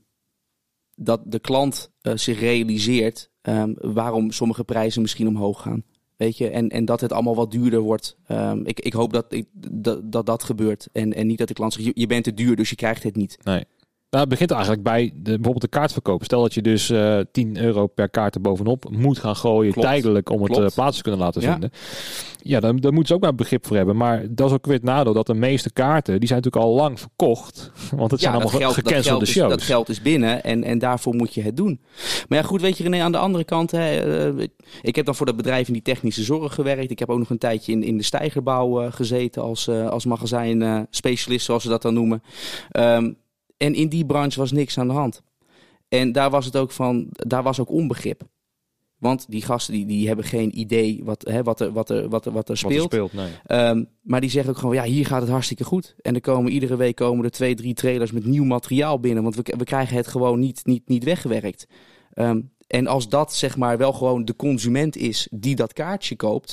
dat de klant uh, zich realiseert um, waarom sommige prijzen misschien omhoog gaan. Weet je, en, en dat het allemaal wat duurder wordt. Um, ik, ik hoop dat, ik, dat, dat dat gebeurt. En, en niet dat de klant zegt, je, je bent te duur, dus je krijgt het niet. Nee. Nou, het begint eigenlijk bij de, bijvoorbeeld de kaartverkoop. Stel dat je dus uh, tien euro per kaart er bovenop moet gaan gooien. Klopt. Tijdelijk om het uh, plaats te kunnen laten vinden. Ja, ja dan, daar moeten ze ook maar begrip voor hebben. Maar dat is ook weer het nadeel dat de meeste kaarten, die zijn natuurlijk al lang verkocht. Want het ja, zijn allemaal geld, gecancelde dat shows. Is, dat geld is binnen en, en daarvoor moet je het doen. Maar ja, goed, weet je René, aan de andere kant, hè, uh, ik heb dan voor dat bedrijf in die technische zorg gewerkt. Ik heb ook nog een tijdje in, in de stijgerbouw uh, gezeten als, uh, als magazijn uh, specialist, zoals ze dat dan noemen. Um, En in die branche was niks aan de hand. En daar was het ook van, daar was ook onbegrip. Want die gasten die, die hebben geen idee wat, hè, wat, er, wat, er, wat, er, wat er speelt. Wat er speelt nee. um, maar die zeggen ook gewoon, ja, hier gaat het hartstikke goed. En er komen iedere week komen er twee, drie trailers met nieuw materiaal binnen. Want we, we krijgen het gewoon niet, niet, niet weggewerkt. Um, en als dat zeg maar wel gewoon de consument is die dat kaartje koopt,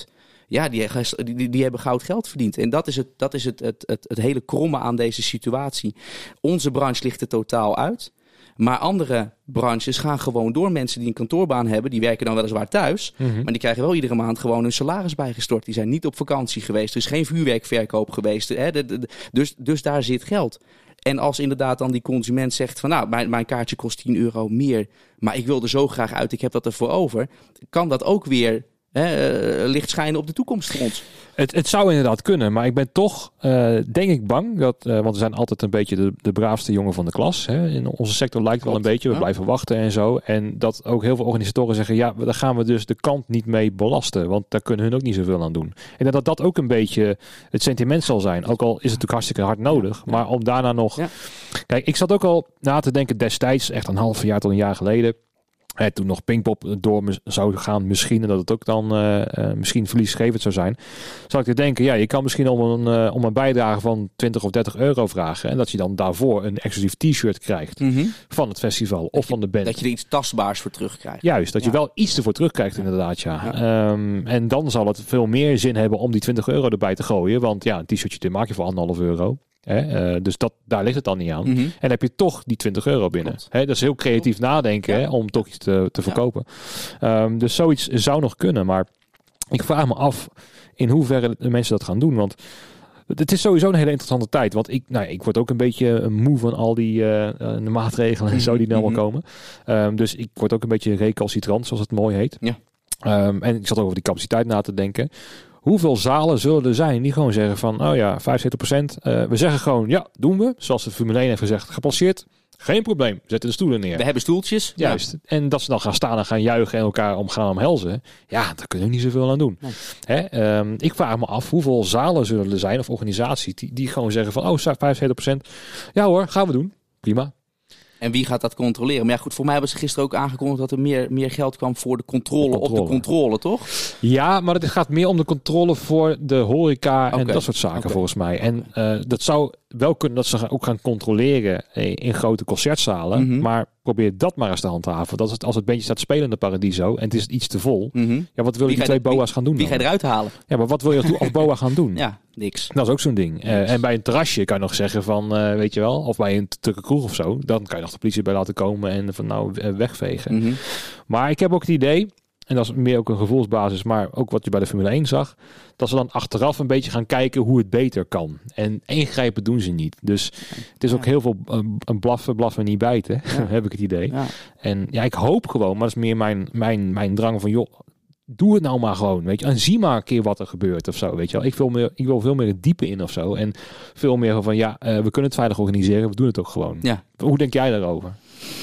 ja, die, die, die hebben goud geld verdiend. En dat is, het, dat is het, het, het, het hele kromme aan deze situatie. Onze branche ligt er totaal uit. Maar andere branches gaan gewoon door. Mensen die een kantoorbaan hebben, die werken dan weliswaar thuis. Mm-hmm. Maar die krijgen wel iedere maand gewoon hun salaris bijgestort. Die zijn niet op vakantie geweest. Er is geen vuurwerkverkoop geweest. Hè? De, de, de, dus, dus daar zit geld. En als inderdaad dan die consument zegt van nou, mijn, mijn kaartje kost tien euro meer. Maar ik wil er zo graag uit, ik heb dat ervoor over. Kan dat ook weer Hè, uh, licht schijnen op de toekomst voor ons. Het, het zou inderdaad kunnen, maar ik ben toch, uh, denk ik, bang. Dat, uh, want we zijn altijd een beetje de, de braafste jongen van de klas. Hè. In onze sector lijkt wel een beetje. We ja. blijven wachten en zo. En dat ook heel veel organisatoren zeggen, ja, daar gaan we dus de kant niet mee belasten. Want daar kunnen hun ook niet zoveel aan doen. Ik denk dat dat ook een beetje het sentiment zal zijn. Ook al is het natuurlijk hartstikke hard nodig. Ja. Maar om daarna nog... Ja. Kijk, ik zat ook al na te denken destijds, echt een half jaar tot een jaar geleden... Hè, toen nog Pinkpop door zou gaan misschien, en dat het ook dan uh, uh, misschien verliesgevend zou zijn, zou ik te denken, ja, je kan misschien om een, uh, om een bijdrage van twintig of dertig euro vragen en dat je dan daarvoor een exclusief t-shirt krijgt mm-hmm. van het festival of van de band. Dat je er iets tastbaars voor terugkrijgt. Juist, dat ja. je wel iets ervoor terugkrijgt ja. inderdaad, ja. ja. Um, en dan zal het veel meer zin hebben om die twintig euro erbij te gooien, want ja, een t-shirtje dit maak je voor anderhalf euro. Hè? Uh, dus dat, daar ligt het dan niet aan. Mm-hmm. En dan heb je toch die twintig euro binnen. Hè? Dat is heel creatief Klopt. nadenken ja. hè? om toch iets te, te verkopen. Ja. Um, dus zoiets zou nog kunnen. Maar ik vraag me af in hoeverre de mensen dat gaan doen. Want het is sowieso een hele interessante tijd. Want ik, nou, ik word ook een beetje moe van al die uh, uh, maatregelen en zo die nou mm-hmm. komen. Um, dus ik word ook een beetje recalcitrant, zoals het mooi heet. Ja. Um, en ik zat over die capaciteit na te denken. Hoeveel zalen zullen er zijn die gewoon zeggen van, oh ja, vijfenzeventig procent. Uh, we zeggen gewoon, ja, doen we. Zoals de Formule één heeft gezegd, gepasseerd. Geen probleem, zetten de stoelen neer. We hebben stoeltjes. Juist. Ja. En dat ze dan gaan staan en gaan juichen en elkaar om gaan omhelzen. Ja, daar kunnen we niet zoveel aan doen. Nee. Hè? Um, ik vraag me af, hoeveel zalen zullen er zijn of organisaties die, die gewoon zeggen van, oh, vijfenzeventig procent. Ja hoor, gaan we doen. Prima. En wie gaat dat controleren? Maar ja, goed, voor mij hebben ze gisteren ook aangekondigd dat er meer, meer geld kwam voor de controle, de controle op de controle, toch? Ja, maar het gaat meer om de controle voor de horeca okay. en dat soort zaken okay. volgens mij. En uh, dat zou wel kunnen dat ze ook gaan controleren in grote concertzalen. Mm-hmm. Maar probeer dat maar eens te handhaven. Dat is het, als het bandje staat spelen in de Paradiso en het is iets te vol. Mm-hmm. Ja, wat wil je die twee boa's wie, gaan doen Wie dan? ga je eruit halen? Ja, maar wat wil je als boa gaan doen? Ja, niks. Dat is ook zo'n ding. Uh, en bij een terrasje kan je nog zeggen van, uh, weet je wel, of bij een drukke kroeg of zo, dan kan je nog de politie bij laten komen en van nou uh, wegvegen. Mm-hmm. Maar ik heb ook het idee, en dat is meer ook een gevoelsbasis, maar ook wat je bij de Formule één zag, dat ze dan achteraf een beetje gaan kijken hoe het beter kan. En ingrijpen doen ze niet. Dus het is ook ja. heel veel uh, een blaffen, blaffen niet bijten, ja. heb ik het idee. Ja. En ja, ik hoop gewoon, maar dat is meer mijn, mijn, mijn drang van, joh, doe het nou maar gewoon, weet je. En zie maar een keer wat er gebeurt of zo, weet je wel. Ik wil, meer, ik wil veel meer het diepe in of zo. En veel meer van, ja, uh, we kunnen het veilig organiseren, we doen het ook gewoon. Ja. Hoe denk jij daarover?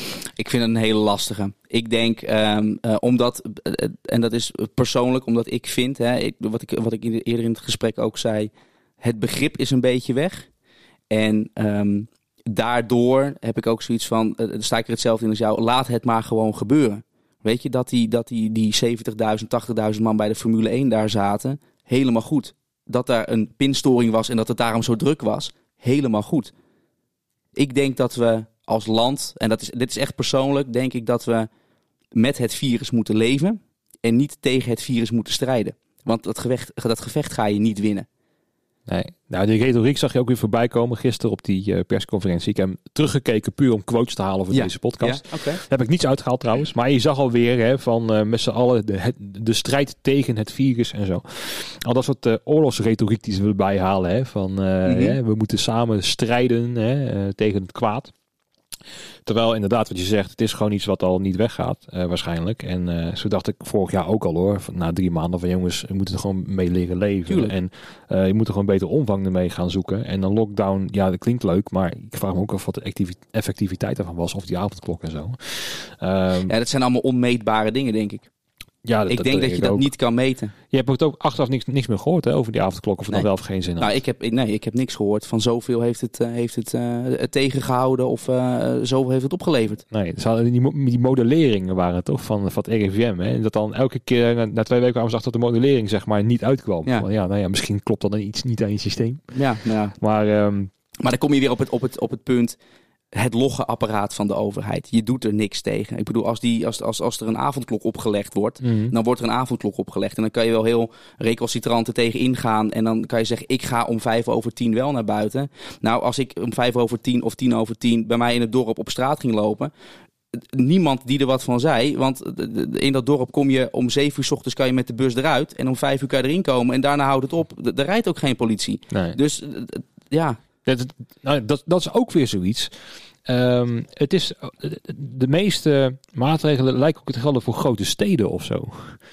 Ik vind het een hele lastige. Ik denk, um, uh, omdat, uh, en dat is persoonlijk, omdat ik vind, hè, ik, wat, ik, wat ik eerder in het gesprek ook zei, het begrip is een beetje weg. En um, daardoor heb ik ook zoiets van, uh, sta ik er hetzelfde in als jou, laat het maar gewoon gebeuren. Weet je, dat die, dat die, die zeventigduizend, tachtigduizend man bij de Formule één daar zaten, helemaal goed. Dat daar een pinstoring was en dat het daarom zo druk was, helemaal goed. Ik denk dat we als land, en dat is, dit is echt persoonlijk, denk ik dat we met het virus moeten leven en niet tegen het virus moeten strijden. Want dat gevecht, dat gevecht ga je niet winnen. Nee, nou die retoriek zag je ook weer voorbij komen gisteren op die uh, persconferentie. Ik heb hem teruggekeken puur om quotes te halen voor ja. deze podcast. Ja, okay. Daar heb ik niets uitgehaald trouwens. Maar je zag alweer hè, van uh, met z'n allen de, het, de strijd tegen het virus en zo. Al dat soort uh, oorlogsretoriek die ze willen bijhalen. Hè, van uh, mm-hmm. hè, we moeten samen strijden hè, uh, tegen het kwaad. Terwijl inderdaad wat je zegt, het is gewoon iets wat al niet weggaat uh, waarschijnlijk. En uh, zo dacht ik vorig jaar ook al hoor, van, na drie maanden van jongens, we moeten er gewoon mee leren leven. Tuurlijk. En uh, je moet er gewoon beter omvang ermee gaan zoeken. En een lockdown, ja dat klinkt leuk, maar ik vraag me ook af wat de effectiviteit ervan was. Of die avondklok en zo. Um, ja, dat zijn allemaal onmeetbare dingen denk ik. Ja, dat, ik denk dat, dat je dat ook niet kan meten. Je hebt ook achteraf niks, niks meer gehoord hè, over die avondklok. Of het nee. nog wel of geen zin had. Nou, ik heb, nee, ik heb niks gehoord. Van zoveel heeft het, uh, heeft het, uh, het tegengehouden. Of uh, zoveel heeft het opgeleverd. Nee, die, die modelleringen waren toch van, van het R I V M. Hè? En dat dan elke keer na, na twee weken kwamen ze achter dat de modellering zeg maar niet uitkwam. Ja. Want, ja, nou ja, misschien klopt dat dan iets niet aan je systeem. Ja, ja. Maar, um, maar dan kom je weer op het, op het, op het punt. het loggenapparaat van de overheid. Je doet er niks tegen. Ik bedoel, als, die, als, als, als er een avondklok opgelegd wordt, mm. dan wordt er een avondklok opgelegd. En dan kan je wel heel recalcitrant er tegen ingaan. En dan kan je zeggen, ik ga om vijf over tien wel naar buiten. Nou, als ik om vijf over tien of tien over tien bij mij in het dorp op straat ging lopen, niemand die er wat van zei. Want in dat dorp kom je om zeven uur 's ochtends kan je met de bus eruit. En om vijf uur kan je erin komen. En daarna houdt het op. Er rijdt ook geen politie. Nee. Dus ja... Dat, nou, dat, dat is ook weer zoiets. Um, het is, de meeste maatregelen lijken ook te gelden voor grote steden of zo.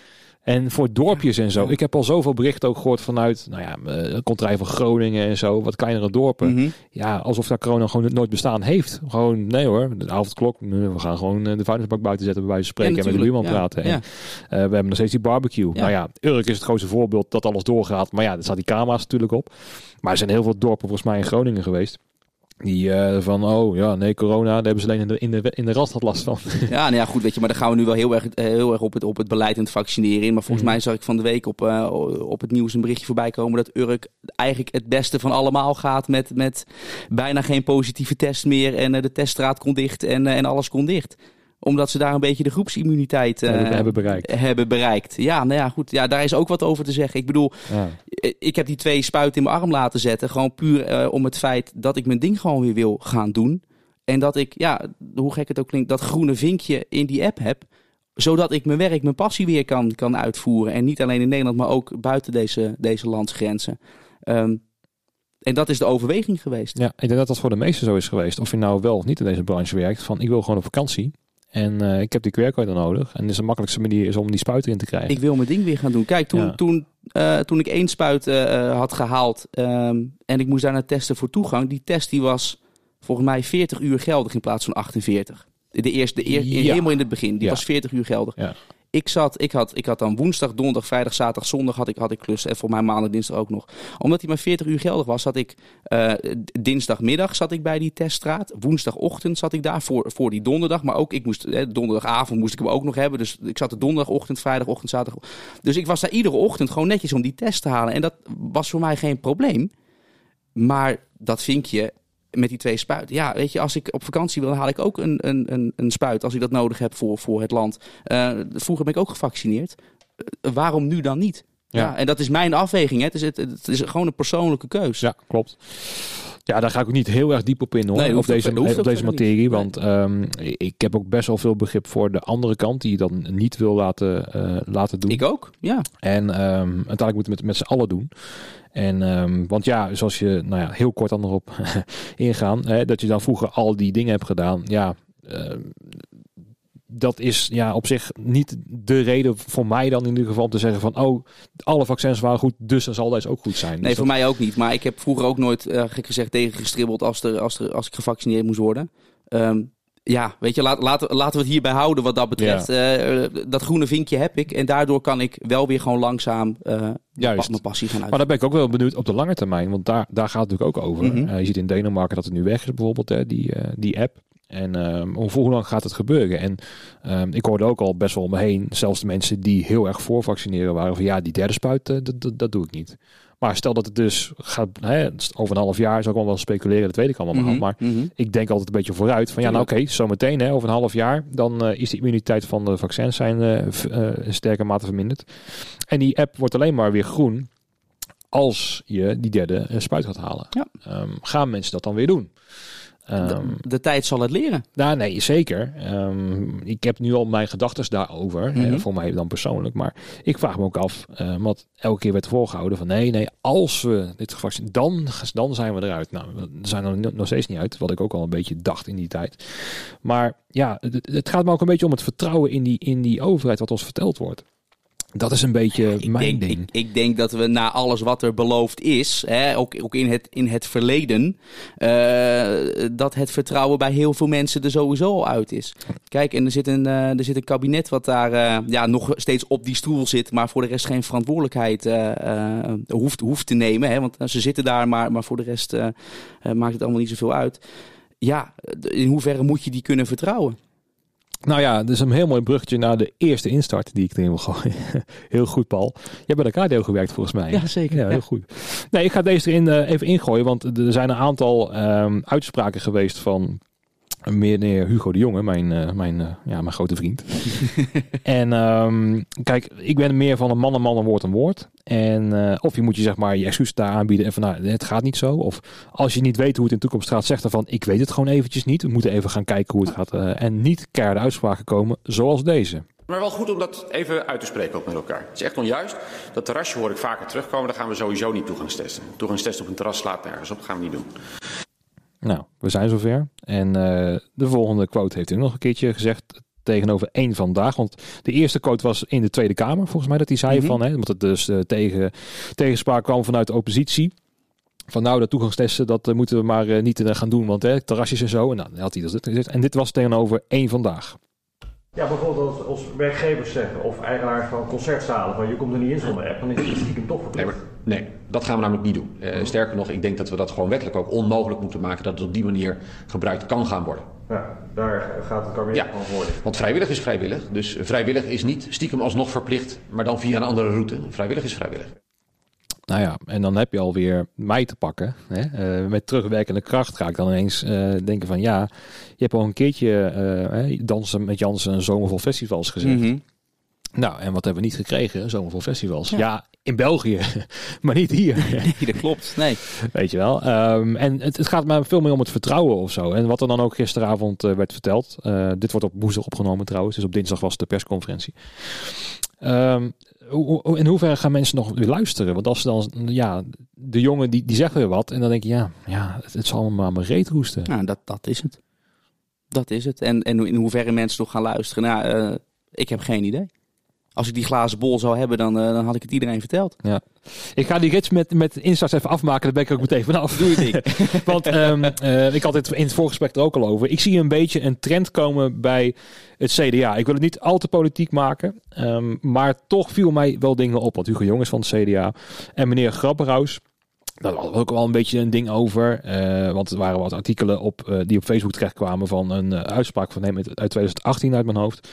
En voor dorpjes en zo. Ik heb al zoveel berichten ook gehoord vanuit, nou ja, uh, contraille van Groningen en zo, wat kleinere dorpen. Mm-hmm. Ja, alsof daar corona gewoon nooit bestaan heeft. Gewoon, nee hoor, de avondklok, we gaan gewoon de vuilnisbak buiten zetten, bij wijze van spreken, ja, en met de buurman ja, praten. Ja. En, uh, we hebben nog steeds die barbecue. Ja. Nou ja, Urk is het grootste voorbeeld dat alles doorgaat. Maar ja, daar staat die camera's natuurlijk op. Maar er zijn heel veel dorpen volgens mij in Groningen geweest. Die uh, van, oh ja, nee, corona, daar hebben ze alleen in de, in de, in de Randstad last van. Ja, nou ja, goed, weet je, maar dan gaan we nu wel heel erg, heel erg op, het, op het beleid en het vaccineren in. Maar volgens mm-hmm. mij zag ik van de week op, uh, op het nieuws een berichtje voorbij komen dat Urk eigenlijk het beste van allemaal gaat met, met bijna geen positieve test meer. En uh, de teststraat kon dicht en, uh, en alles kon dicht. Omdat ze daar een beetje de groepsimmuniteit uh, hebben, hebben, bereikt. hebben bereikt. Ja, nou ja, goed. Ja, daar is ook wat over te zeggen. Ik bedoel, ja. ik heb die twee spuiten in mijn arm laten zetten. Gewoon puur uh, om het feit dat ik mijn ding gewoon weer wil gaan doen. En dat ik, ja, hoe gek het ook klinkt, dat groene vinkje in die app heb. Zodat ik mijn werk, mijn passie weer kan, kan uitvoeren. En niet alleen in Nederland, maar ook buiten deze, deze landsgrenzen. Um, En dat is de overweging geweest. Ja, ik denk dat dat voor de meesten zo is geweest. Of je nou wel of niet in deze branche werkt. Van, ik wil gewoon op vakantie. En uh, ik heb die Q R-code nodig. En dus de makkelijkste manier is om die spuit erin te krijgen. Ik wil mijn ding weer gaan doen. Kijk, toen, ja. toen, uh, toen ik één spuit uh, had gehaald um, en ik moest daarna testen voor toegang. Die test die was volgens mij veertig uur geldig in plaats van achtenveertig. De eerste, de eer, ja. helemaal in het begin. Die ja. was veertig uur geldig. Ja. Ik zat, ik had, ik had dan woensdag, donderdag, vrijdag, zaterdag, zondag had ik, had ik klus. En voor mij maandag, dinsdag ook nog. Omdat hij maar veertig uur geldig was, zat ik uh, dinsdagmiddag zat ik bij die teststraat. Woensdagochtend zat ik daar voor, voor die donderdag. Maar ook, ik moest, eh, donderdagavond moest ik hem ook nog hebben. Dus ik zat er donderdagochtend, vrijdagochtend, zaterdag. Dus ik was daar iedere ochtend gewoon netjes om die test te halen. En dat was voor mij geen probleem. Maar dat vinkje met die twee spuiten. Ja, weet je, als ik op vakantie wil, haal ik ook een, een, een, een spuit als ik dat nodig heb voor, voor het land. Uh, vroeger ben ik ook gevaccineerd. Uh, waarom nu dan niet? Ja. ja, en dat is mijn afweging. Hè. Het, is, het, het is gewoon een persoonlijke keus. Ja, klopt. Ja, daar ga ik ook niet heel erg diep op in hoor. Nee, op deze, ook, op deze materie. Niet. Want um, ik heb ook best wel veel begrip voor de andere kant die je dan niet wil laten, uh, laten doen. Ik ook, ja. En um, uiteindelijk moeten we het met z'n allen doen. En um, want ja, zoals je, nou ja, heel kort dan erop ingaan, hè, dat je dan vroeger al die dingen hebt gedaan. Ja, uh, dat is ja op zich niet de reden voor mij dan in ieder geval om te zeggen van oh, alle vaccins waren goed, dus dan zal deze ook goed zijn. Nee, dus voor dat... mij ook niet. Maar ik heb vroeger ook nooit, uh, gek gezegd, tegengestribbeld als, er, als, er, als ik gevaccineerd moest worden. Um, ja, weet je, laat, laten, laten we het hierbij houden wat dat betreft. Ja. Uh, dat groene vinkje heb ik en daardoor kan ik wel weer gewoon langzaam uh, Juist. mijn passie gaan uit. Maar daar ben ik ook wel benieuwd op de lange termijn, want daar, daar gaat het natuurlijk ook over. Mm-hmm. Uh, je ziet in Denemarken dat het nu weg is bijvoorbeeld, hè, die, uh, die app. En um, hoe, hoe lang gaat het gebeuren? En um, ik hoorde ook al best wel om me heen, zelfs de mensen die heel erg voor vaccineren waren, van ja, die derde spuit, uh, dat, dat, dat doe ik niet. Maar stel dat het dus gaat, hè, over een half jaar, zou ik wel wel speculeren, dat weet ik allemaal. Mm-hmm, maar mm-hmm. ik denk altijd een beetje vooruit. Van ja, nou oké, okay, zometeen, hè, over een half jaar, dan uh, is de immuniteit van de vaccins zijn uh, v, uh, in sterke mate verminderd. En die app wordt alleen maar weer groen als je die derde uh, spuit gaat halen. Ja. Um, gaan mensen dat dan weer doen? Um, de, de tijd zal het leren. Nou, nee, zeker. Um, ik heb nu al mijn gedachten daarover. Mm-hmm. Hè, voor mij dan persoonlijk. Maar ik vraag me ook af. Uh, wat elke keer werd voorgehouden. Van nee, nee. Als we dit gevaccineerd. Dan, dan zijn we eruit. Nou, we zijn er nog steeds niet uit. Wat ik ook al een beetje dacht in die tijd. Maar ja, het, het gaat me ook een beetje om het vertrouwen in die, in die overheid. Wat ons verteld wordt. Dat is een beetje ik mijn denk, ding. Ik, ik denk dat we na alles wat er beloofd is, hè, ook, ook in, het, in het verleden, uh, dat het vertrouwen bij heel veel mensen er sowieso al uit is. Kijk, en er zit een, uh, er zit een kabinet wat daar uh, ja, nog steeds op die stoel zit, maar voor de rest geen verantwoordelijkheid uh, uh, hoeft, hoeft te nemen. Hè, want uh, ze zitten daar, maar, maar voor de rest uh, uh, maakt het allemaal niet zoveel uit. Ja, in hoeverre moet je die kunnen vertrouwen? Nou ja, dat is een heel mooi bruggetje naar de eerste instart die ik erin wil gooien. Heel goed, Paul. Je hebt bij de cardio gewerkt volgens mij. Ja, zeker. Ja, heel ja. goed. Nee, ik ga deze erin uh, even ingooien, want er zijn een aantal um, uitspraken geweest van meneer Hugo de Jonge, mijn, uh, mijn, uh, ja, mijn grote vriend. En um, kijk, ik ben meer van een man en man, een woord en woord. En uh, of je moet je zeg maar je excuus daar aanbieden en van nou, het gaat niet zo. Of als je niet weet hoe het in de toekomst gaat, zeg dan van ik weet het gewoon eventjes niet. We moeten even gaan kijken hoe het gaat. Uh, en niet keiharde uitspraken komen zoals deze. Maar wel goed om dat even uit te spreken ook met elkaar. Het is echt onjuist. Dat terrasje hoor ik vaker terugkomen. Daar gaan we sowieso niet toegangstesten. Toegangstesten op een terras slaat nergens op. Dat gaan we niet doen. Nou, we zijn zover. En uh, de volgende quote heeft hij nog een keertje gezegd tegenover één Vandaag. Want de eerste quote was in de Tweede Kamer, volgens mij, dat hij zei mm-hmm. van, hè, omdat het dus uh, tegen, tegenspraak kwam vanuit de oppositie. Van nou, dat toegangstesten, dat uh, moeten we maar uh, niet uh, gaan doen, want hè, terrasjes en zo. En nou, dan had hij dat gezegd. En dit was tegenover één Vandaag. Ja, bijvoorbeeld als werkgevers zeggen of eigenaars van concertzalen van je komt er niet in zonder app, dan is het stiekem toch verplicht. Nee, maar, nee, dat gaan we namelijk niet doen. Uh, sterker nog, ik denk dat we dat gewoon wettelijk ook onmogelijk moeten maken dat het op die manier gebruikt kan gaan worden. Ja, daar gaat het kabinet ja, van voor. Want vrijwillig is vrijwillig. Dus vrijwillig is niet stiekem alsnog verplicht, maar dan via een andere route. Vrijwillig is vrijwillig. Nou ja, en dan heb je alweer mei te pakken. Hè? Uh, met terugwerkende kracht ga ik dan ineens uh, denken van ja, je hebt al een keertje uh, dansen met Jansen een zomervol festivals gezegd. Mm-hmm. Nou, en wat hebben we niet gekregen? Zomervol festivals. Ja, ja in België, maar niet hier. Nee, dat klopt. Nee. Weet je wel. Um, en het, het gaat maar veel meer om het vertrouwen of zo. En wat er dan ook gisteravond uh, werd verteld. Uh, dit wordt op woensdag opgenomen trouwens. Dus op dinsdag was de persconferentie. Um, in hoeverre gaan mensen nog weer luisteren? Want als ze dan, ja, de jongen die, die zegt weer wat. En dan denk je, ja, ja het, het zal allemaal maar reet roesten. Nou, dat, dat is het. Dat is het. En, en in hoeverre mensen nog gaan luisteren. Nou, uh, ik heb geen idee. Als ik die glazen bol zou hebben, dan, uh, dan had ik het iedereen verteld. Ja. Ik ga die rits met, met Insta's even afmaken. Daar ben ik ook meteen vanaf. Doe je ding. Want um, uh, ik had het in het voorgesprek er ook al over. Ik zie een beetje een trend komen bij het C D A. Ik wil het niet al te politiek maken. Um, maar toch viel mij wel dingen op. Want Hugo Jonge van het C D A en meneer Grapperhaus. Daar hadden we ook wel een beetje een ding over. Uh, want er waren wat artikelen op, uh, die op Facebook terechtkwamen van een uh, uitspraak van hem uit twintig achttien uit mijn hoofd.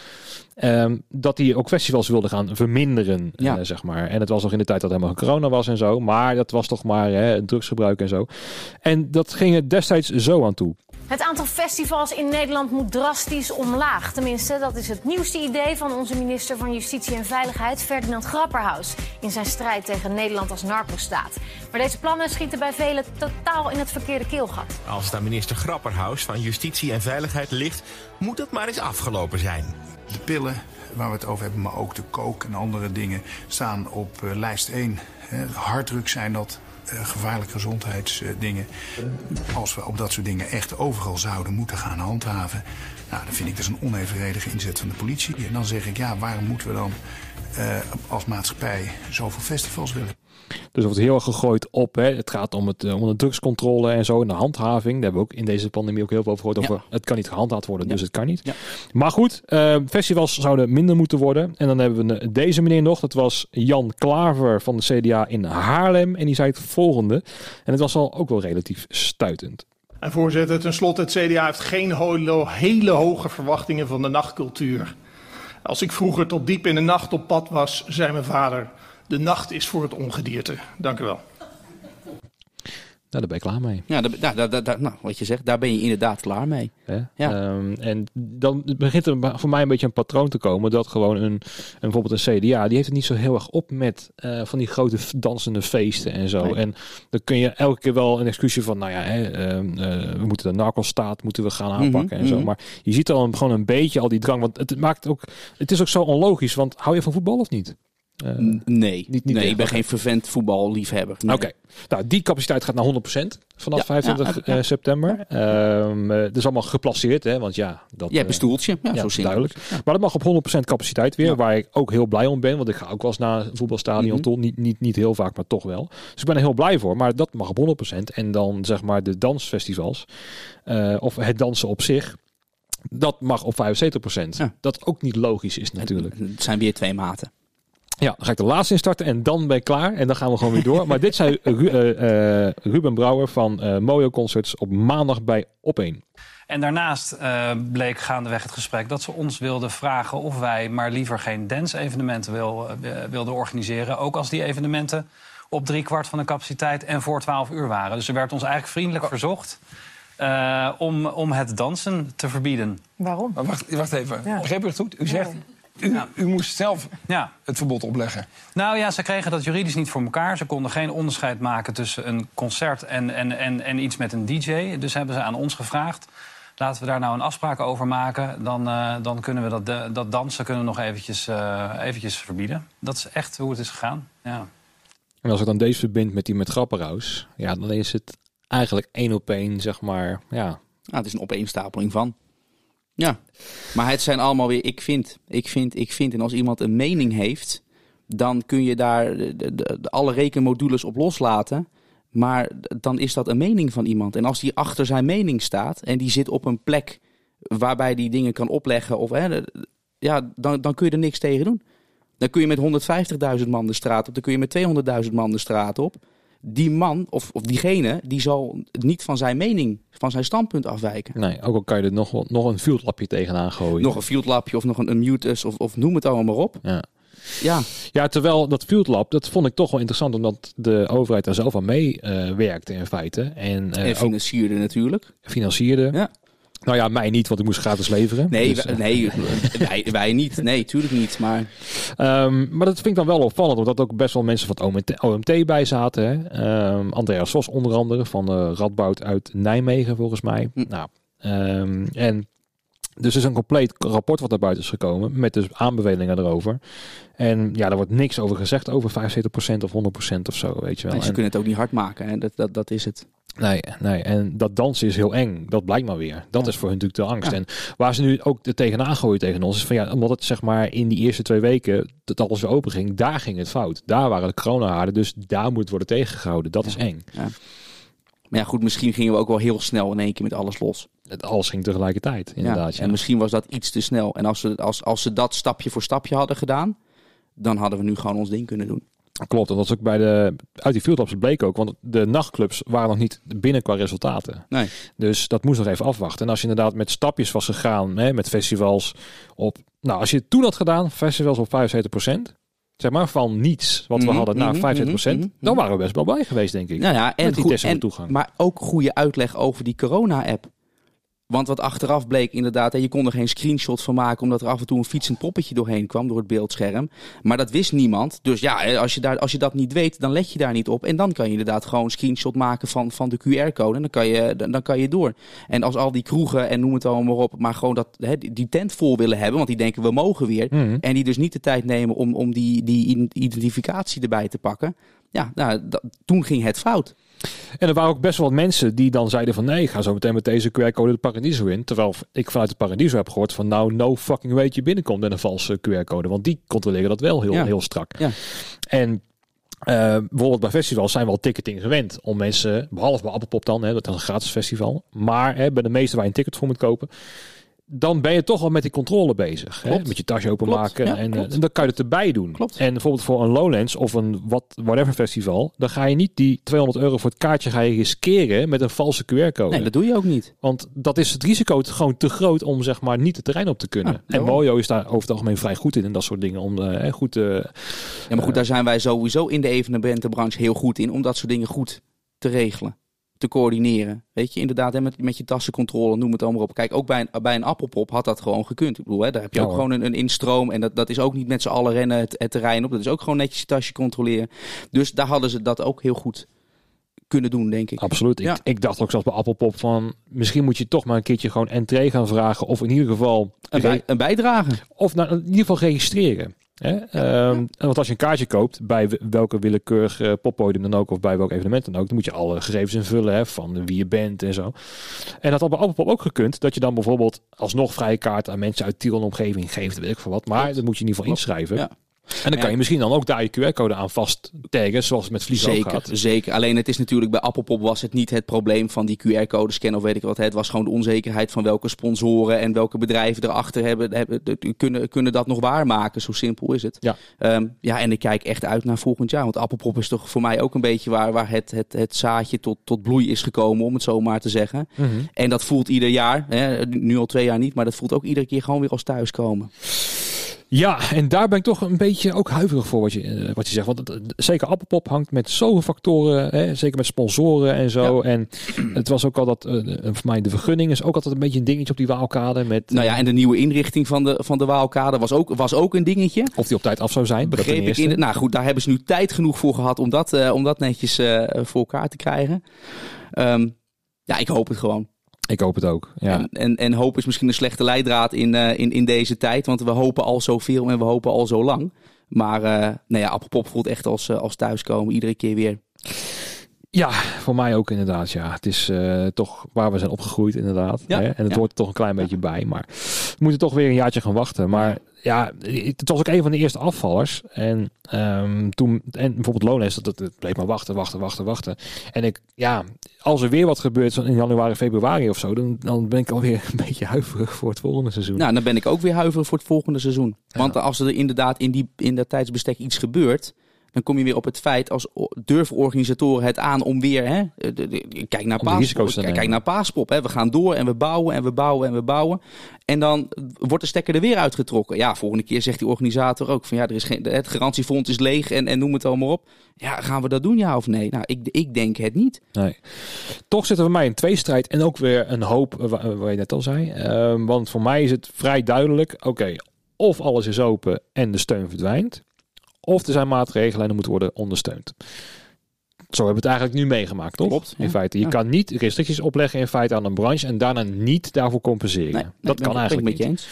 Um, dat hij ook festivals wilde gaan verminderen, ja. uh, zeg maar. En het was nog in de tijd dat helemaal corona was en zo. Maar dat was toch maar hè, drugsgebruik en zo. En dat ging er destijds zo aan toe. Het aantal festivals in Nederland moet drastisch omlaag. Tenminste, dat is het nieuwste idee van onze minister van Justitie en Veiligheid, Ferdinand Grapperhaus, in zijn strijd tegen Nederland als narcostaat. Maar deze plannen schieten bij velen totaal in het verkeerde keelgat. Als het aan minister Grapperhaus van Justitie en Veiligheid ligt, moet het maar eens afgelopen zijn. De pillen waar we het over hebben, maar ook de coke en andere dingen, staan op uh, lijst één. Uh, harddrugs zijn dat. Uh, gevaarlijke gezondheidsdingen. Uh, Als we op dat soort dingen echt overal zouden moeten gaan handhaven, nou, dan vind ik dat een onevenredige inzet van de politie. En dan zeg ik, ja, waarom moeten we dan uh, als maatschappij zoveel festivals willen? Dus er wordt heel erg gegooid op. Hè. Het gaat om, het, om de drugscontrole en zo. En de handhaving. Daar hebben we ook in deze pandemie ook heel veel over gehoord. Over, ja. Het kan niet gehandhaafd worden, ja. Dus het kan niet. Ja. Maar goed, uh, festivals zouden minder moeten worden. En dan hebben we deze meneer nog. Dat was Jan Klaver van de C D A in Haarlem. En die zei het volgende. En het was al ook wel relatief stuitend. En voorzitter, tenslotte, het C D A heeft geen hele, hele hoge verwachtingen van de nachtcultuur. Als ik vroeger tot diep in de nacht op pad was, zei mijn vader: de nacht is voor het ongedierte. Dank u wel. Nou, daar ben je klaar mee. Ja, daar, daar, daar, daar, nou, wat je zegt, daar ben je inderdaad klaar mee. Ja? Ja. Um, en dan begint er voor mij een beetje een patroon te komen dat gewoon een, een bijvoorbeeld een C D A, die heeft het niet zo heel erg op met uh, van die grote dansende feesten en zo. Nee. En dan kun je elke keer wel een excuusje van, nou ja, hè, uh, uh, we moeten de narcostaat moeten we gaan aanpakken mm-hmm, en zo. Mm-hmm. Maar je ziet al gewoon een beetje al die drang, want het maakt ook, het is ook zo onlogisch, want hou je van voetbal of niet? Uh, nee, niet, niet nee ik ben geen fervent voetballiefhebber. Nee. Oké, okay. Nou die capaciteit gaat naar honderd procent vanaf ja, vijfentwintig ja, ja, ja. september. Ja. Um, dat is allemaal geplaceerd, hè, want ja... Dat, je hebt een stoeltje, ja, ja, zo simpel. Duidelijk. Ja. Maar dat mag op honderd procent capaciteit weer, ja. Waar ik ook heel blij om ben, want ik ga ook wel eens naar een voetbalstadion mm-hmm. toe. Niet, niet, niet heel vaak, maar toch wel. Dus ik ben er heel blij voor, maar dat mag op honderd procent. En dan zeg maar de dansfestivals, uh, of het dansen op zich, dat mag op vijfenzeventig procent. Ja. Dat ook niet logisch is natuurlijk. Het zijn weer twee maten. Ja, dan ga ik de laatste instarten en dan ben ik klaar. En dan gaan we gewoon weer door. Maar dit zei Ru- uh, uh, Ruben Brouwer van uh, Mojo Concerts op maandag bij Op één. En daarnaast uh, bleek gaandeweg het gesprek dat ze ons wilden vragen of wij maar liever geen dance-evenementen wil, uh, wilden organiseren. Ook als die evenementen op drie kwart van de capaciteit en voor twaalf uur waren. Dus er werd ons eigenlijk vriendelijk verzocht Uh, om, om het dansen te verbieden. Waarom? Maar wacht, wacht even, ja. begreep ik het goed? U zegt, u, ja. u moest zelf ja. het verbod opleggen. Nou ja, ze kregen dat juridisch niet voor elkaar. Ze konden geen onderscheid maken tussen een concert en, en, en, en iets met een D J. Dus hebben ze aan ons gevraagd, laten we daar nou een afspraak over maken. Dan, uh, dan kunnen we dat, de, dat dansen kunnen we nog eventjes, uh, eventjes verbieden. Dat is echt hoe het is gegaan, ja. En als ik dan deze verbind met die met Grapperhaus, ja, dan is het eigenlijk één op één, zeg maar, ja. Nou, het is een opeenstapeling van. Ja, maar het zijn allemaal weer, ik vind, ik vind, ik vind. En als iemand een mening heeft, dan kun je daar de, de, de, alle rekenmodules op loslaten. Maar dan is dat een mening van iemand. En als die achter zijn mening staat en die zit op een plek waarbij die dingen kan opleggen, of, hè, ja, dan, dan kun je er niks tegen doen. Dan kun je met honderdvijftigduizend man de straat op, dan kun je met tweehonderdduizend man de straat op. Die man, of, of diegene, die zal niet van zijn mening, van zijn standpunt afwijken. Nee, ook al kan je er nog, nog een fieldlapje tegenaan gooien. Nog een fieldlapje of nog een, een mutus of, of noem het allemaal maar op. Ja. Ja. ja, terwijl dat fieldlab, dat vond ik toch wel interessant, omdat de overheid daar zelf aan mee uh, werkte in feite. En, uh, en financierde ook natuurlijk. Financierde. Ja. Nou ja, mij niet, want ik moest gratis leveren. Nee, dus, wij, nee wij, wij niet. Nee, tuurlijk niet. Maar... Um, maar dat vind ik dan wel opvallend, omdat ook best wel mensen van het O M T bij zaten. Hè? Um, Andreas Vos onder andere, van uh, Radboud uit Nijmegen volgens mij. Hm. Nou, um, en dus er is een compleet rapport wat naar buiten is gekomen, met dus aanbevelingen erover. En ja, daar wordt niks over gezegd, over vijfenzeventig procent of honderd procent of zo, weet je wel. Nee, ze en, kunnen het ook niet hard maken, hè? Dat, dat, dat is het. Nee, nee, en dat dansen is heel eng. Dat blijkt maar weer. Dat ja. is voor hun natuurlijk de angst. Ja. En waar ze nu ook er tegenaan gooien tegen ons, is van ja, omdat het zeg maar in die eerste twee weken dat alles weer open ging, daar ging het fout. Daar waren de coronahaarden, dus daar moet het worden tegengehouden. Dat ja. is eng. Ja. Maar ja, goed, misschien gingen we ook wel heel snel in één keer met alles los. Het alles ging tegelijkertijd, inderdaad. Ja, ja. En misschien was dat iets te snel. En als ze, als, als ze dat stapje voor stapje hadden gedaan, dan hadden we nu gewoon ons ding kunnen doen. Klopt, dat was ook bij de uit die fieldlabs bleek ook, want de nachtclubs waren nog niet binnen qua resultaten. Nee. Dus dat moest nog even afwachten. En als je inderdaad met stapjes was gegaan, hè, met festivals op, nou als je het toen had gedaan, festivals op vijfenzeventig procent, zeg maar van niets wat we mm-hmm, hadden naar mm-hmm, vijfenzeventig procent, mm-hmm. dan waren we best wel blij geweest, denk ik. Nou ja, en met die goed, testen en, toegang. Maar ook goede uitleg over die corona-app. Want wat achteraf bleek inderdaad, je kon er geen screenshot van maken omdat er af en toe een fietsend poppetje doorheen kwam door het beeldscherm. Maar dat wist niemand. Dus ja, als je, daar, als je dat niet weet, dan let je daar niet op. En dan kan je inderdaad gewoon een screenshot maken van, van de Q R-code en dan kan, je, dan, dan kan je door. En als al die kroegen en noem het allemaal maar op, maar gewoon dat, hè, die tent vol willen hebben, want die denken we mogen weer. Mm-hmm. En die dus niet de tijd nemen om, om die, die identificatie erbij te pakken. Ja, nou, dat, toen ging het fout. En er waren ook best wel wat mensen die dan zeiden van nee, ik ga zo meteen met deze Q R-code de Paradiso in. Terwijl ik vanuit de Paradiso heb gehoord van nou, no fucking way je binnenkomt met een valse Q R-code. Want die controleren dat wel heel, ja. heel strak. Ja. En uh, bijvoorbeeld bij festivals zijn we al ticketing gewend om mensen, behalve bij Appelpop dan, hè, dat is een gratis festival. Maar hè, bij de meeste waar je een ticket voor moet kopen, dan ben je toch al met die controle bezig. Hè? Met je tasje openmaken. Ja, en, uh, en dan kan je het erbij doen. Klopt. En bijvoorbeeld voor een Lowlands of een wat, whatever festival, dan ga je niet die tweehonderd euro voor het kaartje ga je riskeren met een valse Q R-code. Nee, dat doe je ook niet. Want dat is het risico gewoon te groot om zeg maar niet het terrein op te kunnen. Ja, en Mojo is daar over het algemeen vrij goed in en dat soort dingen. Om uh, goed uh, ja, maar goed, daar zijn wij sowieso in de evenementenbranche heel goed in om dat soort dingen goed te regelen. Te coördineren. Weet je, inderdaad, hè, met, met je tassencontrole, noem het allemaal op. Kijk, ook bij een, bij een Appelpop had dat gewoon gekund. Ik bedoel, hè, daar heb je ja, ook hoor. gewoon een, een instroom. En dat, dat is ook niet met z'n allen rennen het, het terrein op. Dat is ook gewoon netjes je tasje controleren. Dus daar hadden ze dat ook heel goed kunnen doen, denk ik. Absoluut. Ja. Ik, ik dacht ook zelfs bij Appelpop van, misschien moet je toch maar een keertje gewoon entree gaan vragen. Of in ieder geval een, bij, een bijdrage. Of nou, in ieder geval registreren. Hè? Ja, um, ja. Want als je een kaartje koopt bij welke willekeurige poppodium dan ook of bij welk evenement dan ook, dan moet je alle gegevens invullen hè, van wie je bent en zo. En dat had bij Appelpop ook gekund, dat je dan bijvoorbeeld alsnog vrije kaarten aan mensen uit Tiel en omgeving geeft, weet ik veel wat. Maar dat moet je in ieder geval inschrijven. Ja. En dan kan je misschien dan ook daar je Q R-code aan vast taggen, zoals het met vliegen zeker, ook gaat. Zeker, alleen het is natuurlijk bij Appelpop was het niet het probleem van die Q R-code scannen of weet ik wat. Het was gewoon de onzekerheid van welke sponsoren en welke bedrijven erachter hebben, hebben kunnen, kunnen dat nog waarmaken. Zo simpel is het. Ja. Um, ja, en ik kijk echt uit naar volgend jaar. Want Appelpop is toch voor mij ook een beetje waar, waar het, het, het zaadje tot, tot bloei is gekomen, om het zo maar te zeggen. Mm-hmm. En dat voelt ieder jaar, hè, nu al twee jaar niet, maar dat voelt ook iedere keer gewoon weer als thuiskomen. Ja, en daar ben ik toch een beetje ook huiverig voor wat je, uh, wat je zegt. Want het, het, zeker Appelpop hangt met zoveel factoren. Hè, zeker met sponsoren en zo. Ja. En het was ook al dat, uh, voor mij de vergunning is ook altijd een beetje een dingetje op die Waalkade. Met, nou ja, en de nieuwe inrichting van de, van de Waalkade was ook, was ook een dingetje. Of die op tijd af zou zijn. Begreep ik. In de, nou goed, daar hebben ze nu tijd genoeg voor gehad om dat, uh, om dat netjes uh, voor elkaar te krijgen. Um, ja, ik hoop het gewoon. Ik hoop het ook, ja. En, en, en hoop is misschien een slechte leidraad in, uh, in, in deze tijd. Want we hopen al zoveel en we hopen al zo lang. Maar uh, nou ja, Appelpop voelt echt als, uh, als thuiskomen. Iedere keer weer. Ja, voor mij ook inderdaad. Ja, het is uh, toch waar we zijn opgegroeid inderdaad. Ja, hè? En het ja. hoort er toch een klein beetje bij. Maar we moeten toch weer een jaartje gaan wachten. Maar ja, het was ook een van de eerste afvallers. En um, toen, en bijvoorbeeld Lones, dat het bleef maar wachten, wachten, wachten, wachten. En ik, ja, als er weer wat gebeurt in januari, februari of zo, dan, dan ben ik alweer een beetje huiverig voor het volgende seizoen. Nou, dan ben ik ook weer huiverig voor het volgende seizoen. Want ja. als er inderdaad in, die, in dat tijdsbestek iets gebeurt, dan kom je weer op het feit als durven organisatoren het aan om weer, hè, de, de, kijk naar Paaspop, kijk, kijk naar Paaspop, hè, we gaan door en we bouwen en we bouwen en we bouwen. En dan wordt de stekker er weer uitgetrokken. Ja, volgende keer zegt die organisator ook van ja, er is geen, het garantiefonds is leeg en, en noem het allemaal op. Ja, gaan we dat doen, ja of nee? Nou, ik, ik denk het niet. Nee. Toch zit er voor mij een tweestrijd en ook weer een hoop, waar, waar je net al zei. Uh, want voor mij is het vrij duidelijk, oké, okay, of alles is open en de steun verdwijnt. Of er zijn maatregelen en er moet worden ondersteund. Zo hebben we het eigenlijk nu meegemaakt, toch? Klopt. In ja. feite, je ja. kan niet restricties opleggen in feite aan een branche en daarna niet daarvoor compenseren. Nee, nee, dat kan eigenlijk niet. Eens.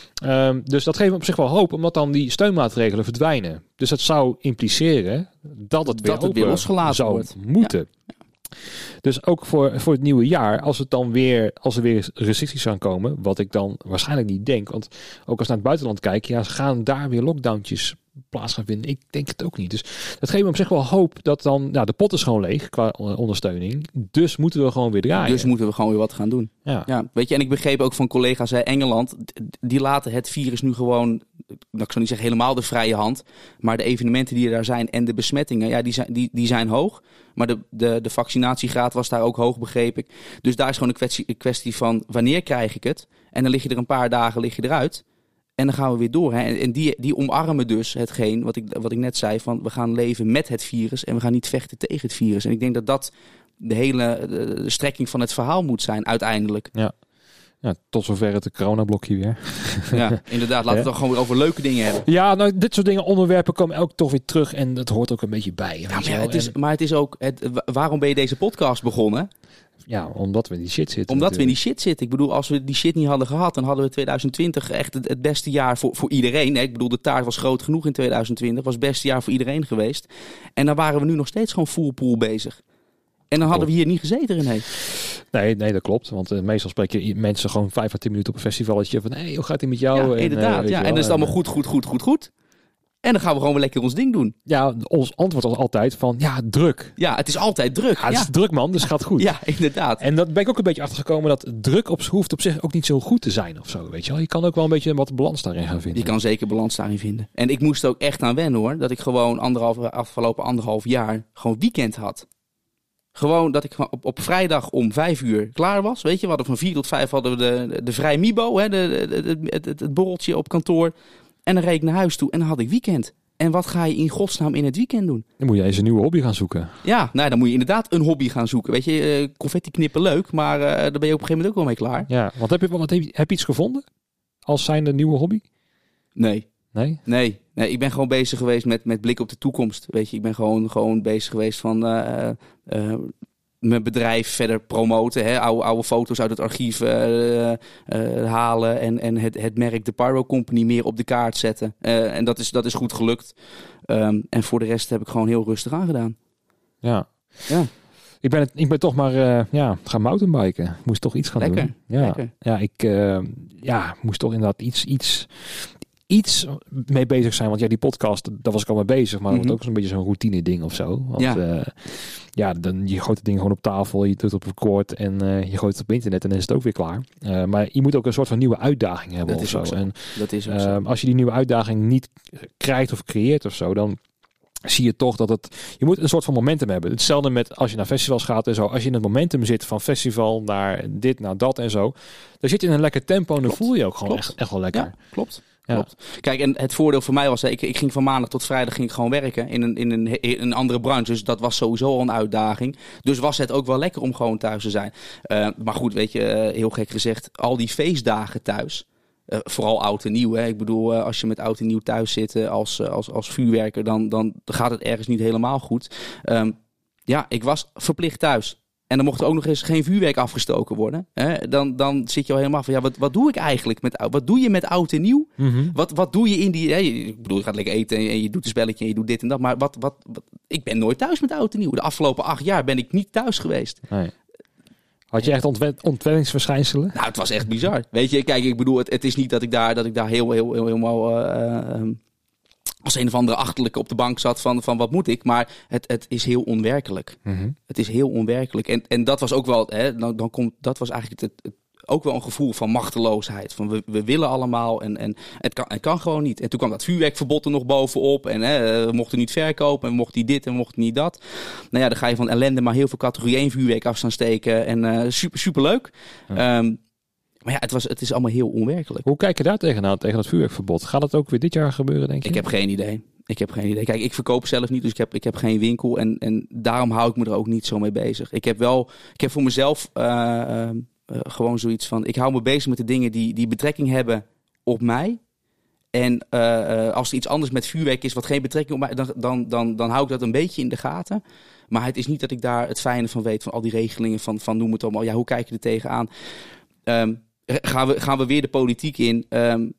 Um, dus dat geeft me op zich wel hoop, omdat dan die steunmaatregelen verdwijnen. Dus dat zou impliceren dat het weer, dat het weer losgelaten zou wordt. moeten. Ja. Dus ook voor, voor het nieuwe jaar, als het dan weer, als er weer restricties gaan komen, wat ik dan waarschijnlijk niet denk, want ook als naar het buitenland kijk, ja, gaan daar weer lockdowntjes plaats gaan vinden. Ik denk het ook niet. Dus dat geeft me op zich wel hoop dat dan, nou, de pot is gewoon leeg qua ondersteuning. Dus moeten we gewoon weer draaien. Dus moeten we gewoon weer wat gaan doen. Ja. Ja, weet je, en ik begreep ook van collega's uit Engeland, die laten het virus nu gewoon, nou, ik zou niet zeggen helemaal de vrije hand, maar de evenementen die er daar zijn en de besmettingen, ja, die zijn, die, die zijn hoog. Maar de, de, de vaccinatiegraad was daar ook hoog, begreep ik. Dus daar is gewoon een kwestie, een kwestie van wanneer krijg ik het? En dan lig je er een paar dagen lig je eruit. En dan gaan we weer door. Hè. En die, die omarmen dus hetgeen wat ik, wat ik net zei. Van we gaan leven met het virus en we gaan niet vechten tegen het virus. En ik denk dat dat de hele de, de strekking van het verhaal moet zijn uiteindelijk. Ja. Ja, tot zover het coronablokje weer. Ja, inderdaad. Laten we het dan gewoon weer over leuke dingen hebben. Ja, nou, dit soort dingen, onderwerpen komen elk toch weer terug. En dat hoort ook een beetje bij. Ja, maar, ja, het is, maar het is ook, het, waarom ben je deze podcast begonnen? Ja, omdat we in die shit zitten. Omdat natuurlijk. we in die shit zitten. Ik bedoel, als we die shit niet hadden gehad, dan hadden we twintig twintig echt het, het beste jaar voor, voor iedereen. Ik bedoel, de taart was groot genoeg in twintig twintig. Was het beste jaar voor iedereen geweest. En dan waren we nu nog steeds gewoon full pool bezig. En dan hadden we hier niet gezeten, René. Nee, nee, dat klopt. Want uh, meestal spreek je mensen gewoon vijf à tien minuten op een festivalletje van, hé, hey, hoe gaat het met jou? Ja, inderdaad. En, uh, ja. en dan is het allemaal goed, goed, goed, goed, goed. En dan gaan we gewoon weer lekker ons ding doen. Ja, ons antwoord was altijd van, ja, druk. Ja, het is altijd druk. Ja, het ja. is druk, man, dus het gaat goed. Ja, inderdaad. En dat ben ik ook een beetje achtergekomen, dat druk op, hoeft op zich ook niet zo goed te zijn of zo, weet je wel. Je kan ook wel een beetje wat balans daarin gaan vinden. Je kan zeker balans daarin vinden. En ik moest ook echt aan wennen, hoor. Dat ik gewoon anderhalf, afgelopen anderhalf jaar gewoon weekend had. Gewoon dat ik op, op vrijdag om vijf uur klaar was. Weet je, we hadden van vier tot vijf hadden we de, de, de vrij Mibo, hè, de, de, de, het, het, het borreltje op kantoor. En dan reed ik naar huis toe en dan had ik weekend. En wat ga je in godsnaam in het weekend doen? Dan moet je eens een nieuwe hobby gaan zoeken. Ja, nou, dan moet je inderdaad een hobby gaan zoeken. Weet je, uh, confetti knippen leuk, maar uh, daar ben je op een gegeven moment ook wel mee klaar. Ja, want heb je, wat, heb je, heb je iets gevonden als zijnde nieuwe hobby? Nee. Nee? Nee, nee, ik ben gewoon bezig geweest met, met blik op de toekomst. Weet je, ik ben gewoon, gewoon bezig geweest van uh, uh, mijn bedrijf verder promoten. Hè? Oude, oude foto's uit het archief uh, uh, halen en, en het, het merk de Pyro Company meer op de kaart zetten. Uh, en dat is, dat is goed gelukt. Um, en voor de rest heb ik gewoon heel rustig aangedaan. Ja. Ja. Ik ben, het, ik ben toch maar uh, ja, gaan mountainbiken. Ik moest toch iets gaan Lekker. doen. Ja, Lekker. Ja, ik uh, ja, moest toch inderdaad iets... iets iets mee bezig zijn. Want ja, die podcast, daar was ik al mee bezig. Maar mm-hmm. het wordt ook zo'n beetje zo'n routine ding of zo. Want ja, uh, ja dan, je gooit het ding gewoon op tafel. Je doet het op record en uh, je gooit het op internet. En dan is het ook weer klaar. Uh, maar je moet ook een soort van nieuwe uitdaging hebben. Dat of is zo. ook zo. En, dat is ook uh, zo. Als je die nieuwe uitdaging niet krijgt of creëert of zo, dan zie je toch dat het... Je moet een soort van momentum hebben. Hetzelfde met als je naar festivals gaat en zo. Als je in het momentum zit van festival naar dit, naar dat en zo. Dan zit je in een lekker tempo en dan voel je ook gewoon echt, echt wel lekker. Ja, klopt. Klopt. Kijk, en het voordeel voor mij was, ik, ik ging van maandag tot vrijdag ging ik gewoon werken in een, in, een, in een andere branche. Dus dat was sowieso al een uitdaging. Dus was het ook wel lekker om gewoon thuis te zijn. Uh, maar goed, weet je, uh, heel gek gezegd, al die feestdagen thuis. Uh, vooral oud en nieuw. Hè. Ik bedoel, uh, als je met oud en nieuw thuis zit uh, als, uh, als, als vuurwerker, dan, dan gaat het ergens niet helemaal goed. Um, ja, ik was verplicht thuis. En dan mocht er ook nog eens geen vuurwerk afgestoken worden. Hè? Dan, dan zit je al helemaal van, ja, wat, wat doe ik eigenlijk met wat doe je met oud en nieuw? Mm-hmm. Wat, wat doe je in die... Hè? Ik bedoel, je gaat lekker eten en je, en je doet een spelletje en je doet dit en dat. Maar wat, wat, wat, ik ben nooit thuis met oud en nieuw. De afgelopen acht jaar ben ik niet thuis geweest. Nee. Had je echt ontwen- ontwenningsverschijnselen? Nou, het was echt bizar. Weet je, kijk, ik bedoel, het, het is niet dat ik daar, dat ik daar heel, heel, heel, helemaal... Uh, um, als een of andere achterlijke op de bank zat van, van wat moet ik. Maar het, het is heel onwerkelijk. Mm-hmm. Het is heel onwerkelijk. En, en dat was ook wel, hè, dan, dan komt, dat was eigenlijk het, het, ook wel een gevoel van machteloosheid. Van we, we willen allemaal en, en het, kan, het kan gewoon niet. En toen kwam dat vuurwerkverbod er nog bovenop. En hè, we mochten niet verkopen en we mochten niet dit en we mochten niet dat. Nou ja, dan ga je van ellende maar heel veel categorie één vuurwerk af staan steken. En uh, super, super leuk. Ja. Um, Maar ja, het, was, het is allemaal heel onwerkelijk. Hoe kijk je daar tegenaan, tegen dat vuurwerkverbod? Gaat het ook weer dit jaar gebeuren, denk je? Ik heb geen idee. Ik heb geen idee. Kijk, ik verkoop zelf niet, dus ik heb, ik heb geen winkel. En, en daarom hou ik me er ook niet zo mee bezig. Ik heb wel, ik heb voor mezelf uh, uh, uh, gewoon zoiets van... Ik hou me bezig met de dingen die, die betrekking hebben op mij. En uh, uh, als er iets anders met vuurwerk is wat geen betrekking op mij... Dan, dan, dan, dan hou ik dat een beetje in de gaten. Maar het is niet dat ik daar het fijne van weet. Van al die regelingen van, van noem het allemaal. Ja, hoe kijk je er tegenaan? Um, Gaan we, gaan we weer de politiek in. Um,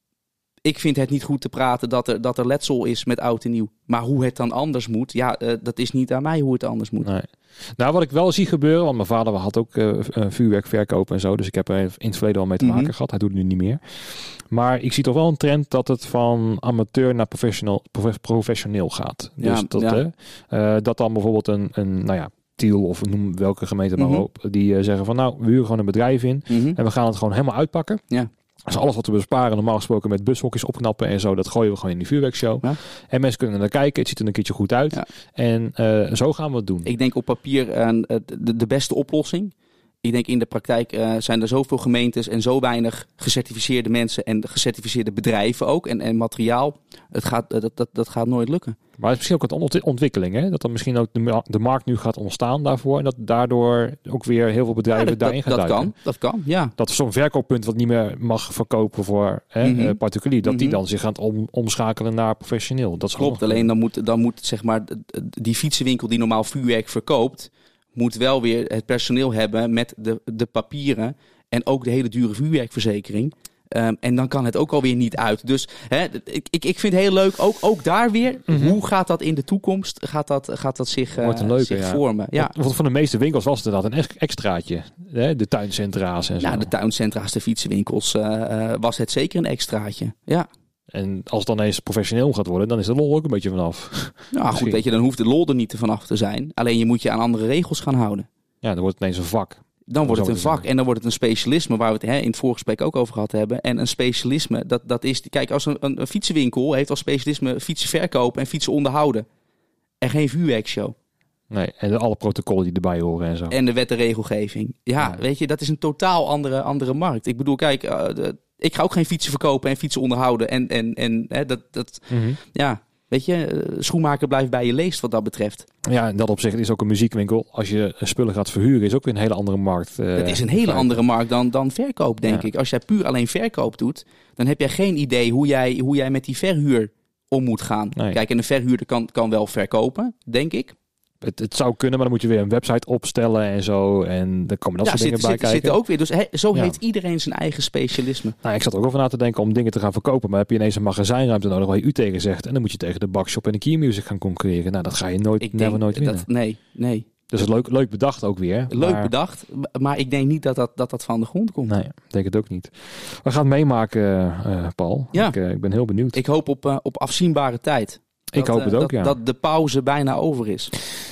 ik vind het niet goed te praten dat er, dat er letsel is met oud en nieuw. Maar hoe het dan anders moet, ja, uh, dat is niet aan mij hoe het anders moet. Nee. Nou, wat ik wel zie gebeuren, want mijn vader had ook uh, vuurwerk verkopen en zo. Dus ik heb er in het verleden al mee te maken mm-hmm. gehad. Hij doet het nu niet meer. Maar ik zie toch wel een trend dat het van amateur naar professional, prof, professioneel gaat. Dus ja, dat, ja. Uh, dat dan bijvoorbeeld een, een nou ja, Tiel of noem welke gemeente maar mm-hmm. op, die uh, zeggen van nou, we huren gewoon een bedrijf in mm-hmm. en we gaan het gewoon helemaal uitpakken. Ja. Dus alles wat we besparen, normaal gesproken met bushokjes opknappen en zo, dat gooien we gewoon in die vuurwerkshow. Ja. En mensen kunnen naar kijken, het ziet er een keertje goed uit. Ja. En uh, zo gaan we het doen. Ik denk op papier uh, de, de beste oplossing. Ik denk in de praktijk uh, zijn er zoveel gemeentes en zo weinig gecertificeerde mensen en gecertificeerde bedrijven ook en, en materiaal. Het gaat, dat, dat, dat gaat nooit lukken. Maar het is misschien ook een ontwikkeling, hè? Dat er misschien ook de, de markt nu gaat ontstaan daarvoor. En dat daardoor ook weer heel veel bedrijven ja, dat, daarin gaan dat duiken. Kan, dat kan, ja. Dat zo'n verkooppunt wat niet meer mag verkopen voor hè, mm-hmm. uh, particulier. Dat mm-hmm. die dan zich gaat om, omschakelen naar professioneel. Dat is klopt, alleen dan moet, dan moet zeg maar die fietsenwinkel die normaal vuurwerk verkoopt, moet wel weer het personeel hebben met de, de papieren en ook de hele dure vuurwerkverzekering. Um, en dan kan het ook alweer niet uit. Dus hè, ik, ik, ik vind het heel leuk, ook, ook daar weer, mm-hmm. hoe gaat dat in de toekomst, gaat dat, gaat dat zich, uh, leuke, zich ja. vormen? Ja. Want van de meeste winkels was het inderdaad een extraatje. Hè? De tuincentra's en zo. Ja, de tuincentra's, de fietsenwinkels, uh, uh, was het zeker een extraatje. Ja. En als het dan eens professioneel gaat worden, dan is de lol ook een beetje vanaf. Nou goed, weet je, dan hoeft de lol er niet te vanaf te zijn. Alleen je moet je aan andere regels gaan houden. Ja, dan wordt het ineens een vak. Dan wordt het een vak en dan wordt het een specialisme waar we het hè, in het voorgesprek ook over gehad hebben. En een specialisme, dat, dat is... Kijk, als een, een, een fietsenwinkel heeft als specialisme fietsen verkopen en fietsen onderhouden. En geen vuurwerkshow. Nee, en de, alle protocollen die erbij horen en zo. En de wet en regelgeving. Ja, ja. Weet je, dat is een totaal andere, andere markt. Ik bedoel, kijk, uh, de, ik ga ook geen fietsen verkopen en fietsen onderhouden. En, en, en hè, dat... dat mm-hmm. Ja... Weet je, schoenmaker blijft bij je leest wat dat betreft. Ja, in dat opzicht is ook een muziekwinkel. Als je spullen gaat verhuren, is ook weer een hele andere markt. Uh, het is een hele feit. andere markt dan, dan verkoop, denk ja. ik. Als jij puur alleen verkoop doet, dan heb jij geen idee hoe jij, hoe jij met die verhuur om moet gaan. Nee. Kijk, en een verhuurder kan, kan wel verkopen, denk ik. Het, het zou kunnen, maar dan moet je weer een website opstellen en zo. En dan komen dat ja, soort dingen zit, bij zit, kijken. Zitten ook weer. Dus he, zo ja. heeft iedereen zijn eigen specialisme. Nou, ik zat er ook over na te denken om dingen te gaan verkopen. Maar heb je ineens een magazijnruimte nodig waar je u tegen zegt. En dan moet je tegen de Bakshop en de Keymusic gaan concurreren. Nou, dat ga je nooit, ik never denk, nooit winnen. Dat, nee, nee. Dus het leuk, leuk bedacht ook weer. Leuk maar... bedacht, maar ik denk niet dat dat, dat dat van de grond komt. Nee, ik denk het ook niet. We gaan het meemaken, uh, Paul. Ja. Ik, uh, ik ben heel benieuwd. Ik hoop op, uh, op afzienbare tijd. Ik dat, hoop het uh, ook, dat, ja. Dat de pauze bijna over is.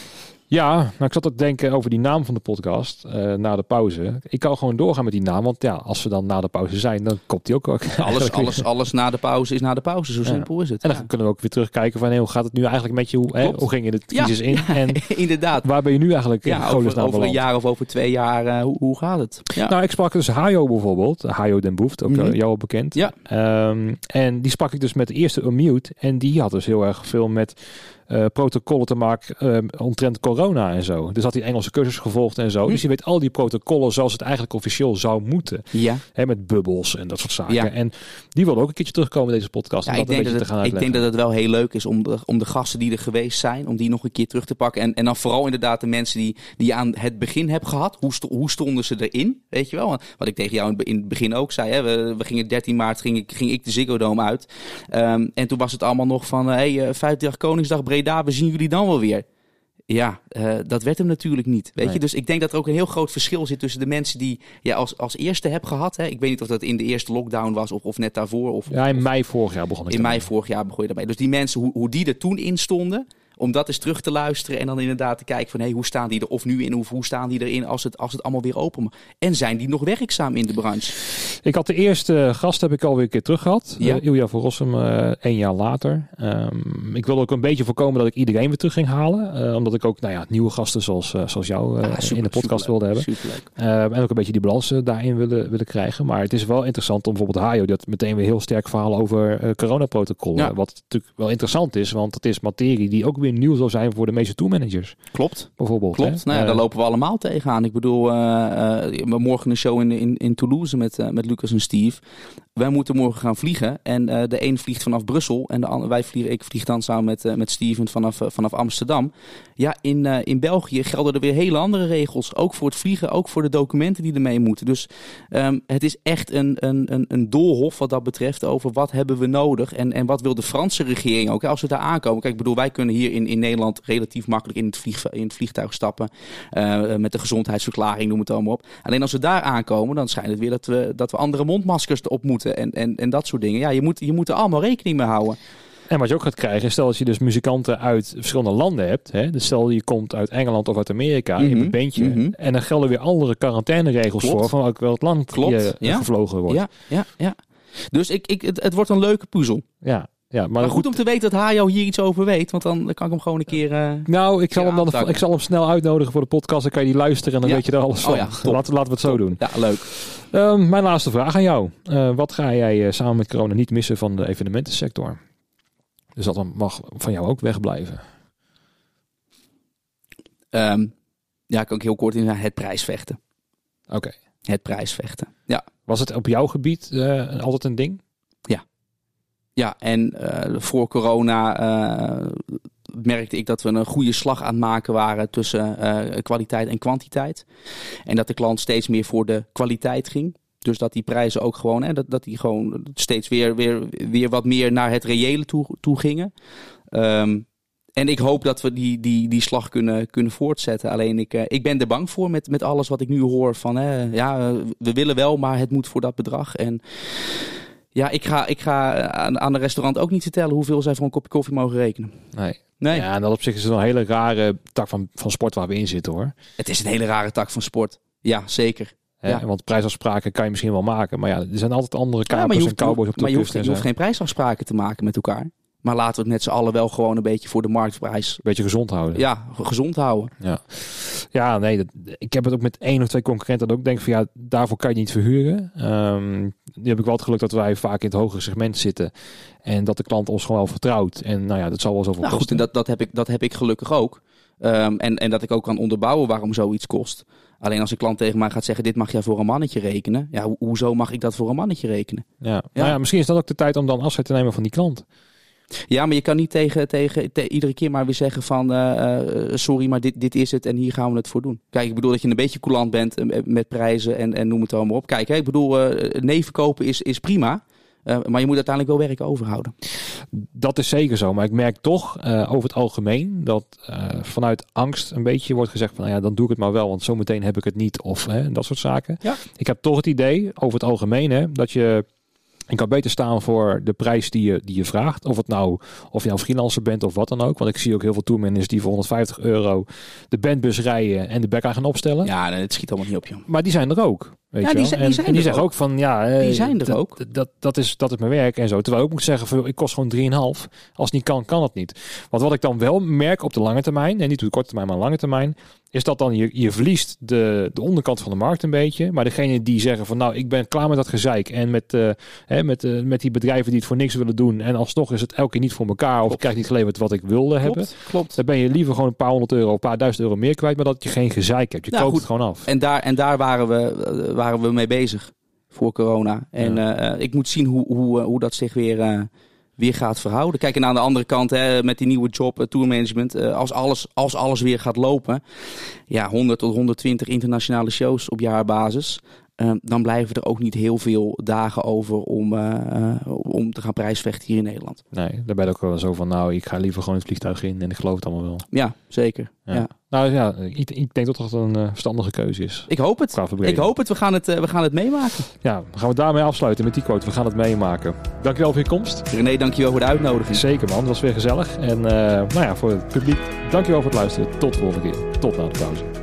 Ja, nou, ik zat ook te denken over die naam van de podcast uh, na de pauze. Ik kan gewoon doorgaan met die naam, want ja, als we dan na de pauze zijn, dan komt die ook. ook alles, alles, alles na de pauze is na de pauze, zo ja. simpel is het. En dan ja. kunnen we ook weer terugkijken van hey, hoe gaat het nu eigenlijk met je? Hoe, hè, hoe ging je de crisis ja, in? Ja, en inderdaad. Waar ben je nu eigenlijk ja, in over, over een jaar of over twee jaar, uh, hoe, hoe gaat het? Ja. Nou, ik sprak dus Hajo bijvoorbeeld, Hajo Den Boeft, ook mm-hmm. jou al bekend. Ja. Um, en die sprak ik dus met de eerste Unmute en die had dus heel erg veel met Uh, protocollen te maken uh, omtrent corona en zo. Dus had hij Engelse cursus gevolgd en zo. Hm. Dus je weet al die protocollen zoals het eigenlijk officieel zou moeten. Ja. Hè, met bubbels en dat soort zaken. Ja. En die wilde ook een keertje terugkomen in deze podcast. Ja, om ik, dat denk een dat beetje het, te gaan ik denk dat het wel heel leuk is om de, om de gasten die er geweest zijn, om die nog een keer terug te pakken. En, en dan vooral inderdaad de mensen die, die je aan het begin hebt gehad. Hoe, sto, hoe stonden ze erin? Weet je wel? Wat ik tegen jou in het begin ook zei. Hè? We, we gingen dertien maart ging ik, ging ik de Ziggo Dome uit. Um, en toen was het allemaal nog van hey, uh, vijftigste Koningsdag Breda, we zien jullie dan wel weer. Ja, uh, dat werd hem natuurlijk niet. Weet nee. je? Dus ik denk dat er ook een heel groot verschil zit tussen de mensen die je ja, als, als eerste hebt gehad. Hè? Ik weet niet of dat in de eerste lockdown was of, of net daarvoor. Of, ja, in mei vorig jaar begon ik. In mei vorig jaar begon je daarmee. Dus die mensen, hoe, hoe die er toen in stonden, om dat eens terug te luisteren en dan inderdaad te kijken van hey, hoe staan die er of nu in of hoe staan die erin als het, als het allemaal weer open mag. En zijn die nog werkzaam in de branche? Ik had de eerste gast heb ik alweer een keer terug gehad. Ja. Uh, Ilja van Rossum, uh, één jaar later. Um, ik wilde ook een beetje voorkomen dat ik iedereen weer terug ging halen. Uh, omdat ik ook nou ja, nieuwe gasten zoals, uh, zoals jou uh, ah, super, in de podcast wilde hebben. Superleuk. Uh, en ook een beetje die balans uh, daarin willen, willen krijgen. Maar het is wel interessant om bijvoorbeeld Hajo, die had meteen weer heel sterk verhaal over uh, coronaprotocol. Ja. Wat natuurlijk wel interessant is, want het is materie die ook weer nieuw zal zijn voor de meeste tourmanagers. Klopt. Bijvoorbeeld. Klopt. Hè? Nou ja, uh, daar lopen we allemaal tegenaan. Ik bedoel, uh, uh, morgen een show in, in, in Toulouse met, uh, met Lucas en Steve. Wij moeten morgen gaan vliegen. En uh, de een vliegt vanaf Brussel. En de ander, wij vliegen, ik vlieg dan samen met, uh, met Steven vanaf, uh, vanaf Amsterdam. Ja, in, uh, in België gelden er weer hele andere regels. Ook voor het vliegen, ook voor de documenten die ermee moeten. Dus um, het is echt een, een, een, een doolhof wat dat betreft over wat hebben we nodig. En, en wat wil de Franse regering ook. Hè, als we daar aankomen. Kijk, ik bedoel, wij kunnen hier in, in Nederland relatief makkelijk in het, vlieg, in het vliegtuig stappen. Uh, met de gezondheidsverklaring, noem het allemaal op. Alleen als we daar aankomen, dan schijnt het weer dat we, dat we andere mondmaskers op moeten. En, en, en dat soort dingen. Ja, je moet, je moet er allemaal rekening mee houden. En wat je ook gaat krijgen, stel dat je dus muzikanten uit verschillende landen hebt. Hè? Dus stel je komt uit Engeland of uit Amerika mm-hmm. in een bandje. Mm-hmm. En dan gelden weer andere quarantaineregels Klopt. voor van welk wel het land Klopt. je ja. gevlogen wordt. Ja, ja, ja. Dus ik, ik, het, het wordt een leuke puzzel. Ja. Ja, maar, maar goed, goed om te weten dat Hajo hier iets over weet. Want dan, dan kan ik hem gewoon een keer uh, Nou, ik zal, hem dan, ik zal hem snel uitnodigen voor de podcast. Dan kan je die luisteren en dan ja. weet je er alles van. Oh ja, laten, laten we het zo top. doen. Ja, leuk. Um, mijn laatste vraag aan jou. Uh, wat ga jij uh, samen met corona niet missen van de evenementensector? Dus dat mag van jou ook wegblijven. Um, ja, kan ik heel kort in het prijsvechten. Oké. Okay. Het prijsvechten, ja. Was het op jouw gebied uh, altijd een ding? Ja. Ja, en uh, voor corona uh, merkte ik dat we een goede slag aan het maken waren tussen uh, kwaliteit en kwantiteit. En dat de klant steeds meer voor de kwaliteit ging. Dus dat die prijzen ook gewoon, hè, dat, dat die gewoon steeds weer, weer, weer wat meer naar het reële toe, toe gingen. Um, en ik hoop dat we die, die, die slag kunnen, kunnen voortzetten. Alleen ik, uh, ik ben er bang voor met, met alles wat ik nu hoor van, hè, ja, uh, we willen wel, maar het moet voor dat bedrag. En ja, ik ga, ik ga aan, aan de restaurant ook niet vertellen hoeveel zij voor een kopje koffie mogen rekenen. Nee. nee. Ja, en dat op zich is het een hele rare tak van, van sport waar we in zitten, hoor. Het is een hele rare tak van sport. Ja, zeker. He, ja. Want prijsafspraken kan je misschien wel maken. Maar ja, er zijn altijd andere kapers ja, en cowboys op de Maar je hoeft, je hoeft geen prijsafspraken te maken met elkaar. Maar laten we het met z'n allen wel gewoon een beetje voor de marktprijs... Beetje gezond houden. Ja, gezond houden. Ja, ja nee, dat, ik heb het ook met één of twee concurrenten dat ook denk van ja, daarvoor kan je niet verhuren. Um, die heb ik wel het geluk dat wij vaak in het hogere segment zitten. En dat de klant ons gewoon wel vertrouwt. En nou ja, dat zal wel zoveel nou, kosten. Goed, en dat, dat, heb ik, dat heb ik gelukkig ook. Um, en, en dat ik ook kan onderbouwen waarom zoiets kost. Alleen als een klant tegen mij gaat zeggen, dit mag jij voor een mannetje rekenen. Ja, ho- hoezo mag ik dat voor een mannetje rekenen? Ja. Ja. Nou ja, misschien is dat ook de tijd om dan afscheid te nemen van die klant. Ja, maar je kan niet tegen, tegen te, iedere keer maar weer zeggen van uh, uh, sorry, maar dit, dit is het en hier gaan we het voor doen. Kijk, ik bedoel dat je een beetje coulant bent uh, met prijzen en, en noem het allemaal op. Kijk, hè, ik bedoel, uh, nee verkopen is, is prima. Uh, maar je moet uiteindelijk wel werk overhouden. Dat is zeker zo. Maar ik merk toch uh, over het algemeen dat uh, vanuit angst een beetje wordt gezegd van nou ja, dan doe ik het maar wel, want zometeen heb ik het niet of hè, dat soort zaken. Ja. Ik heb toch het idee over het algemeen hè, dat je Je kan beter staan voor de prijs die je, die je vraagt. Of het nou, of je nou freelancer bent of wat dan ook. Want ik zie ook heel veel tourmanagers die voor honderdvijftig euro de bandbus rijden en de bek aan gaan opstellen. Ja, het schiet allemaal niet op, joh. Maar die zijn er ook. Weet ja, je die, wel? zijn, En, die zijn en die er zeggen ook. ook van, ja, die zijn er dat, ook. Dat, dat, dat, is, dat is mijn werk en zo. Terwijl ik moet zeggen, van, ik kost gewoon drie komma vijf. Als het niet kan, kan het niet. Want wat ik dan wel merk op de lange termijn, en niet op de korte termijn, maar lange termijn, is dat dan je, je verliest de, de onderkant van de markt een beetje. Maar degene die zeggen van, nou, ik ben klaar met dat gezeik. En met, uh, hè, met, uh, met die bedrijven die het voor niks willen doen. En alsnog is het elke keer niet voor elkaar. Of ik krijg niet geleverd wat ik wilde klopt, hebben. Klopt. Dan ben je liever gewoon een paar honderd euro, een paar duizend euro meer kwijt. Maar dat je geen gezeik hebt. Je nou, koopt goed. het gewoon af. En daar, en daar waren, we, uh, waren we mee bezig. Voor corona. En ja. uh, ik moet zien hoe, hoe, uh, hoe dat zich weer, uh, weer gaat verhouden. Kijk, en aan de andere kant, hè, met die nieuwe job, uh, tourmanagement. Uh, als, alles, als alles weer gaat lopen. Ja, honderd tot honderdtwintig internationale shows op jaarbasis. Uh, dan blijven er ook niet heel veel dagen over om, uh, uh, om te gaan prijsvechten hier in Nederland. Nee, daar ben ik ook wel zo van, nou, ik ga liever gewoon het vliegtuig in en ik geloof het allemaal wel. Ja, zeker. Ja. Ja. Nou ja, ik, ik denk dat het een uh, verstandige keuze is. Ik hoop het. Ik hoop het. We gaan het, uh, we gaan het meemaken. Ja, dan gaan we daarmee afsluiten met die quote. We gaan het meemaken. Dankjewel voor je komst. René, dankjewel voor de uitnodiging. Zeker man, het was weer gezellig. En uh, nou ja, voor het publiek, dankjewel voor het luisteren. Tot de volgende keer. Tot na de pauze.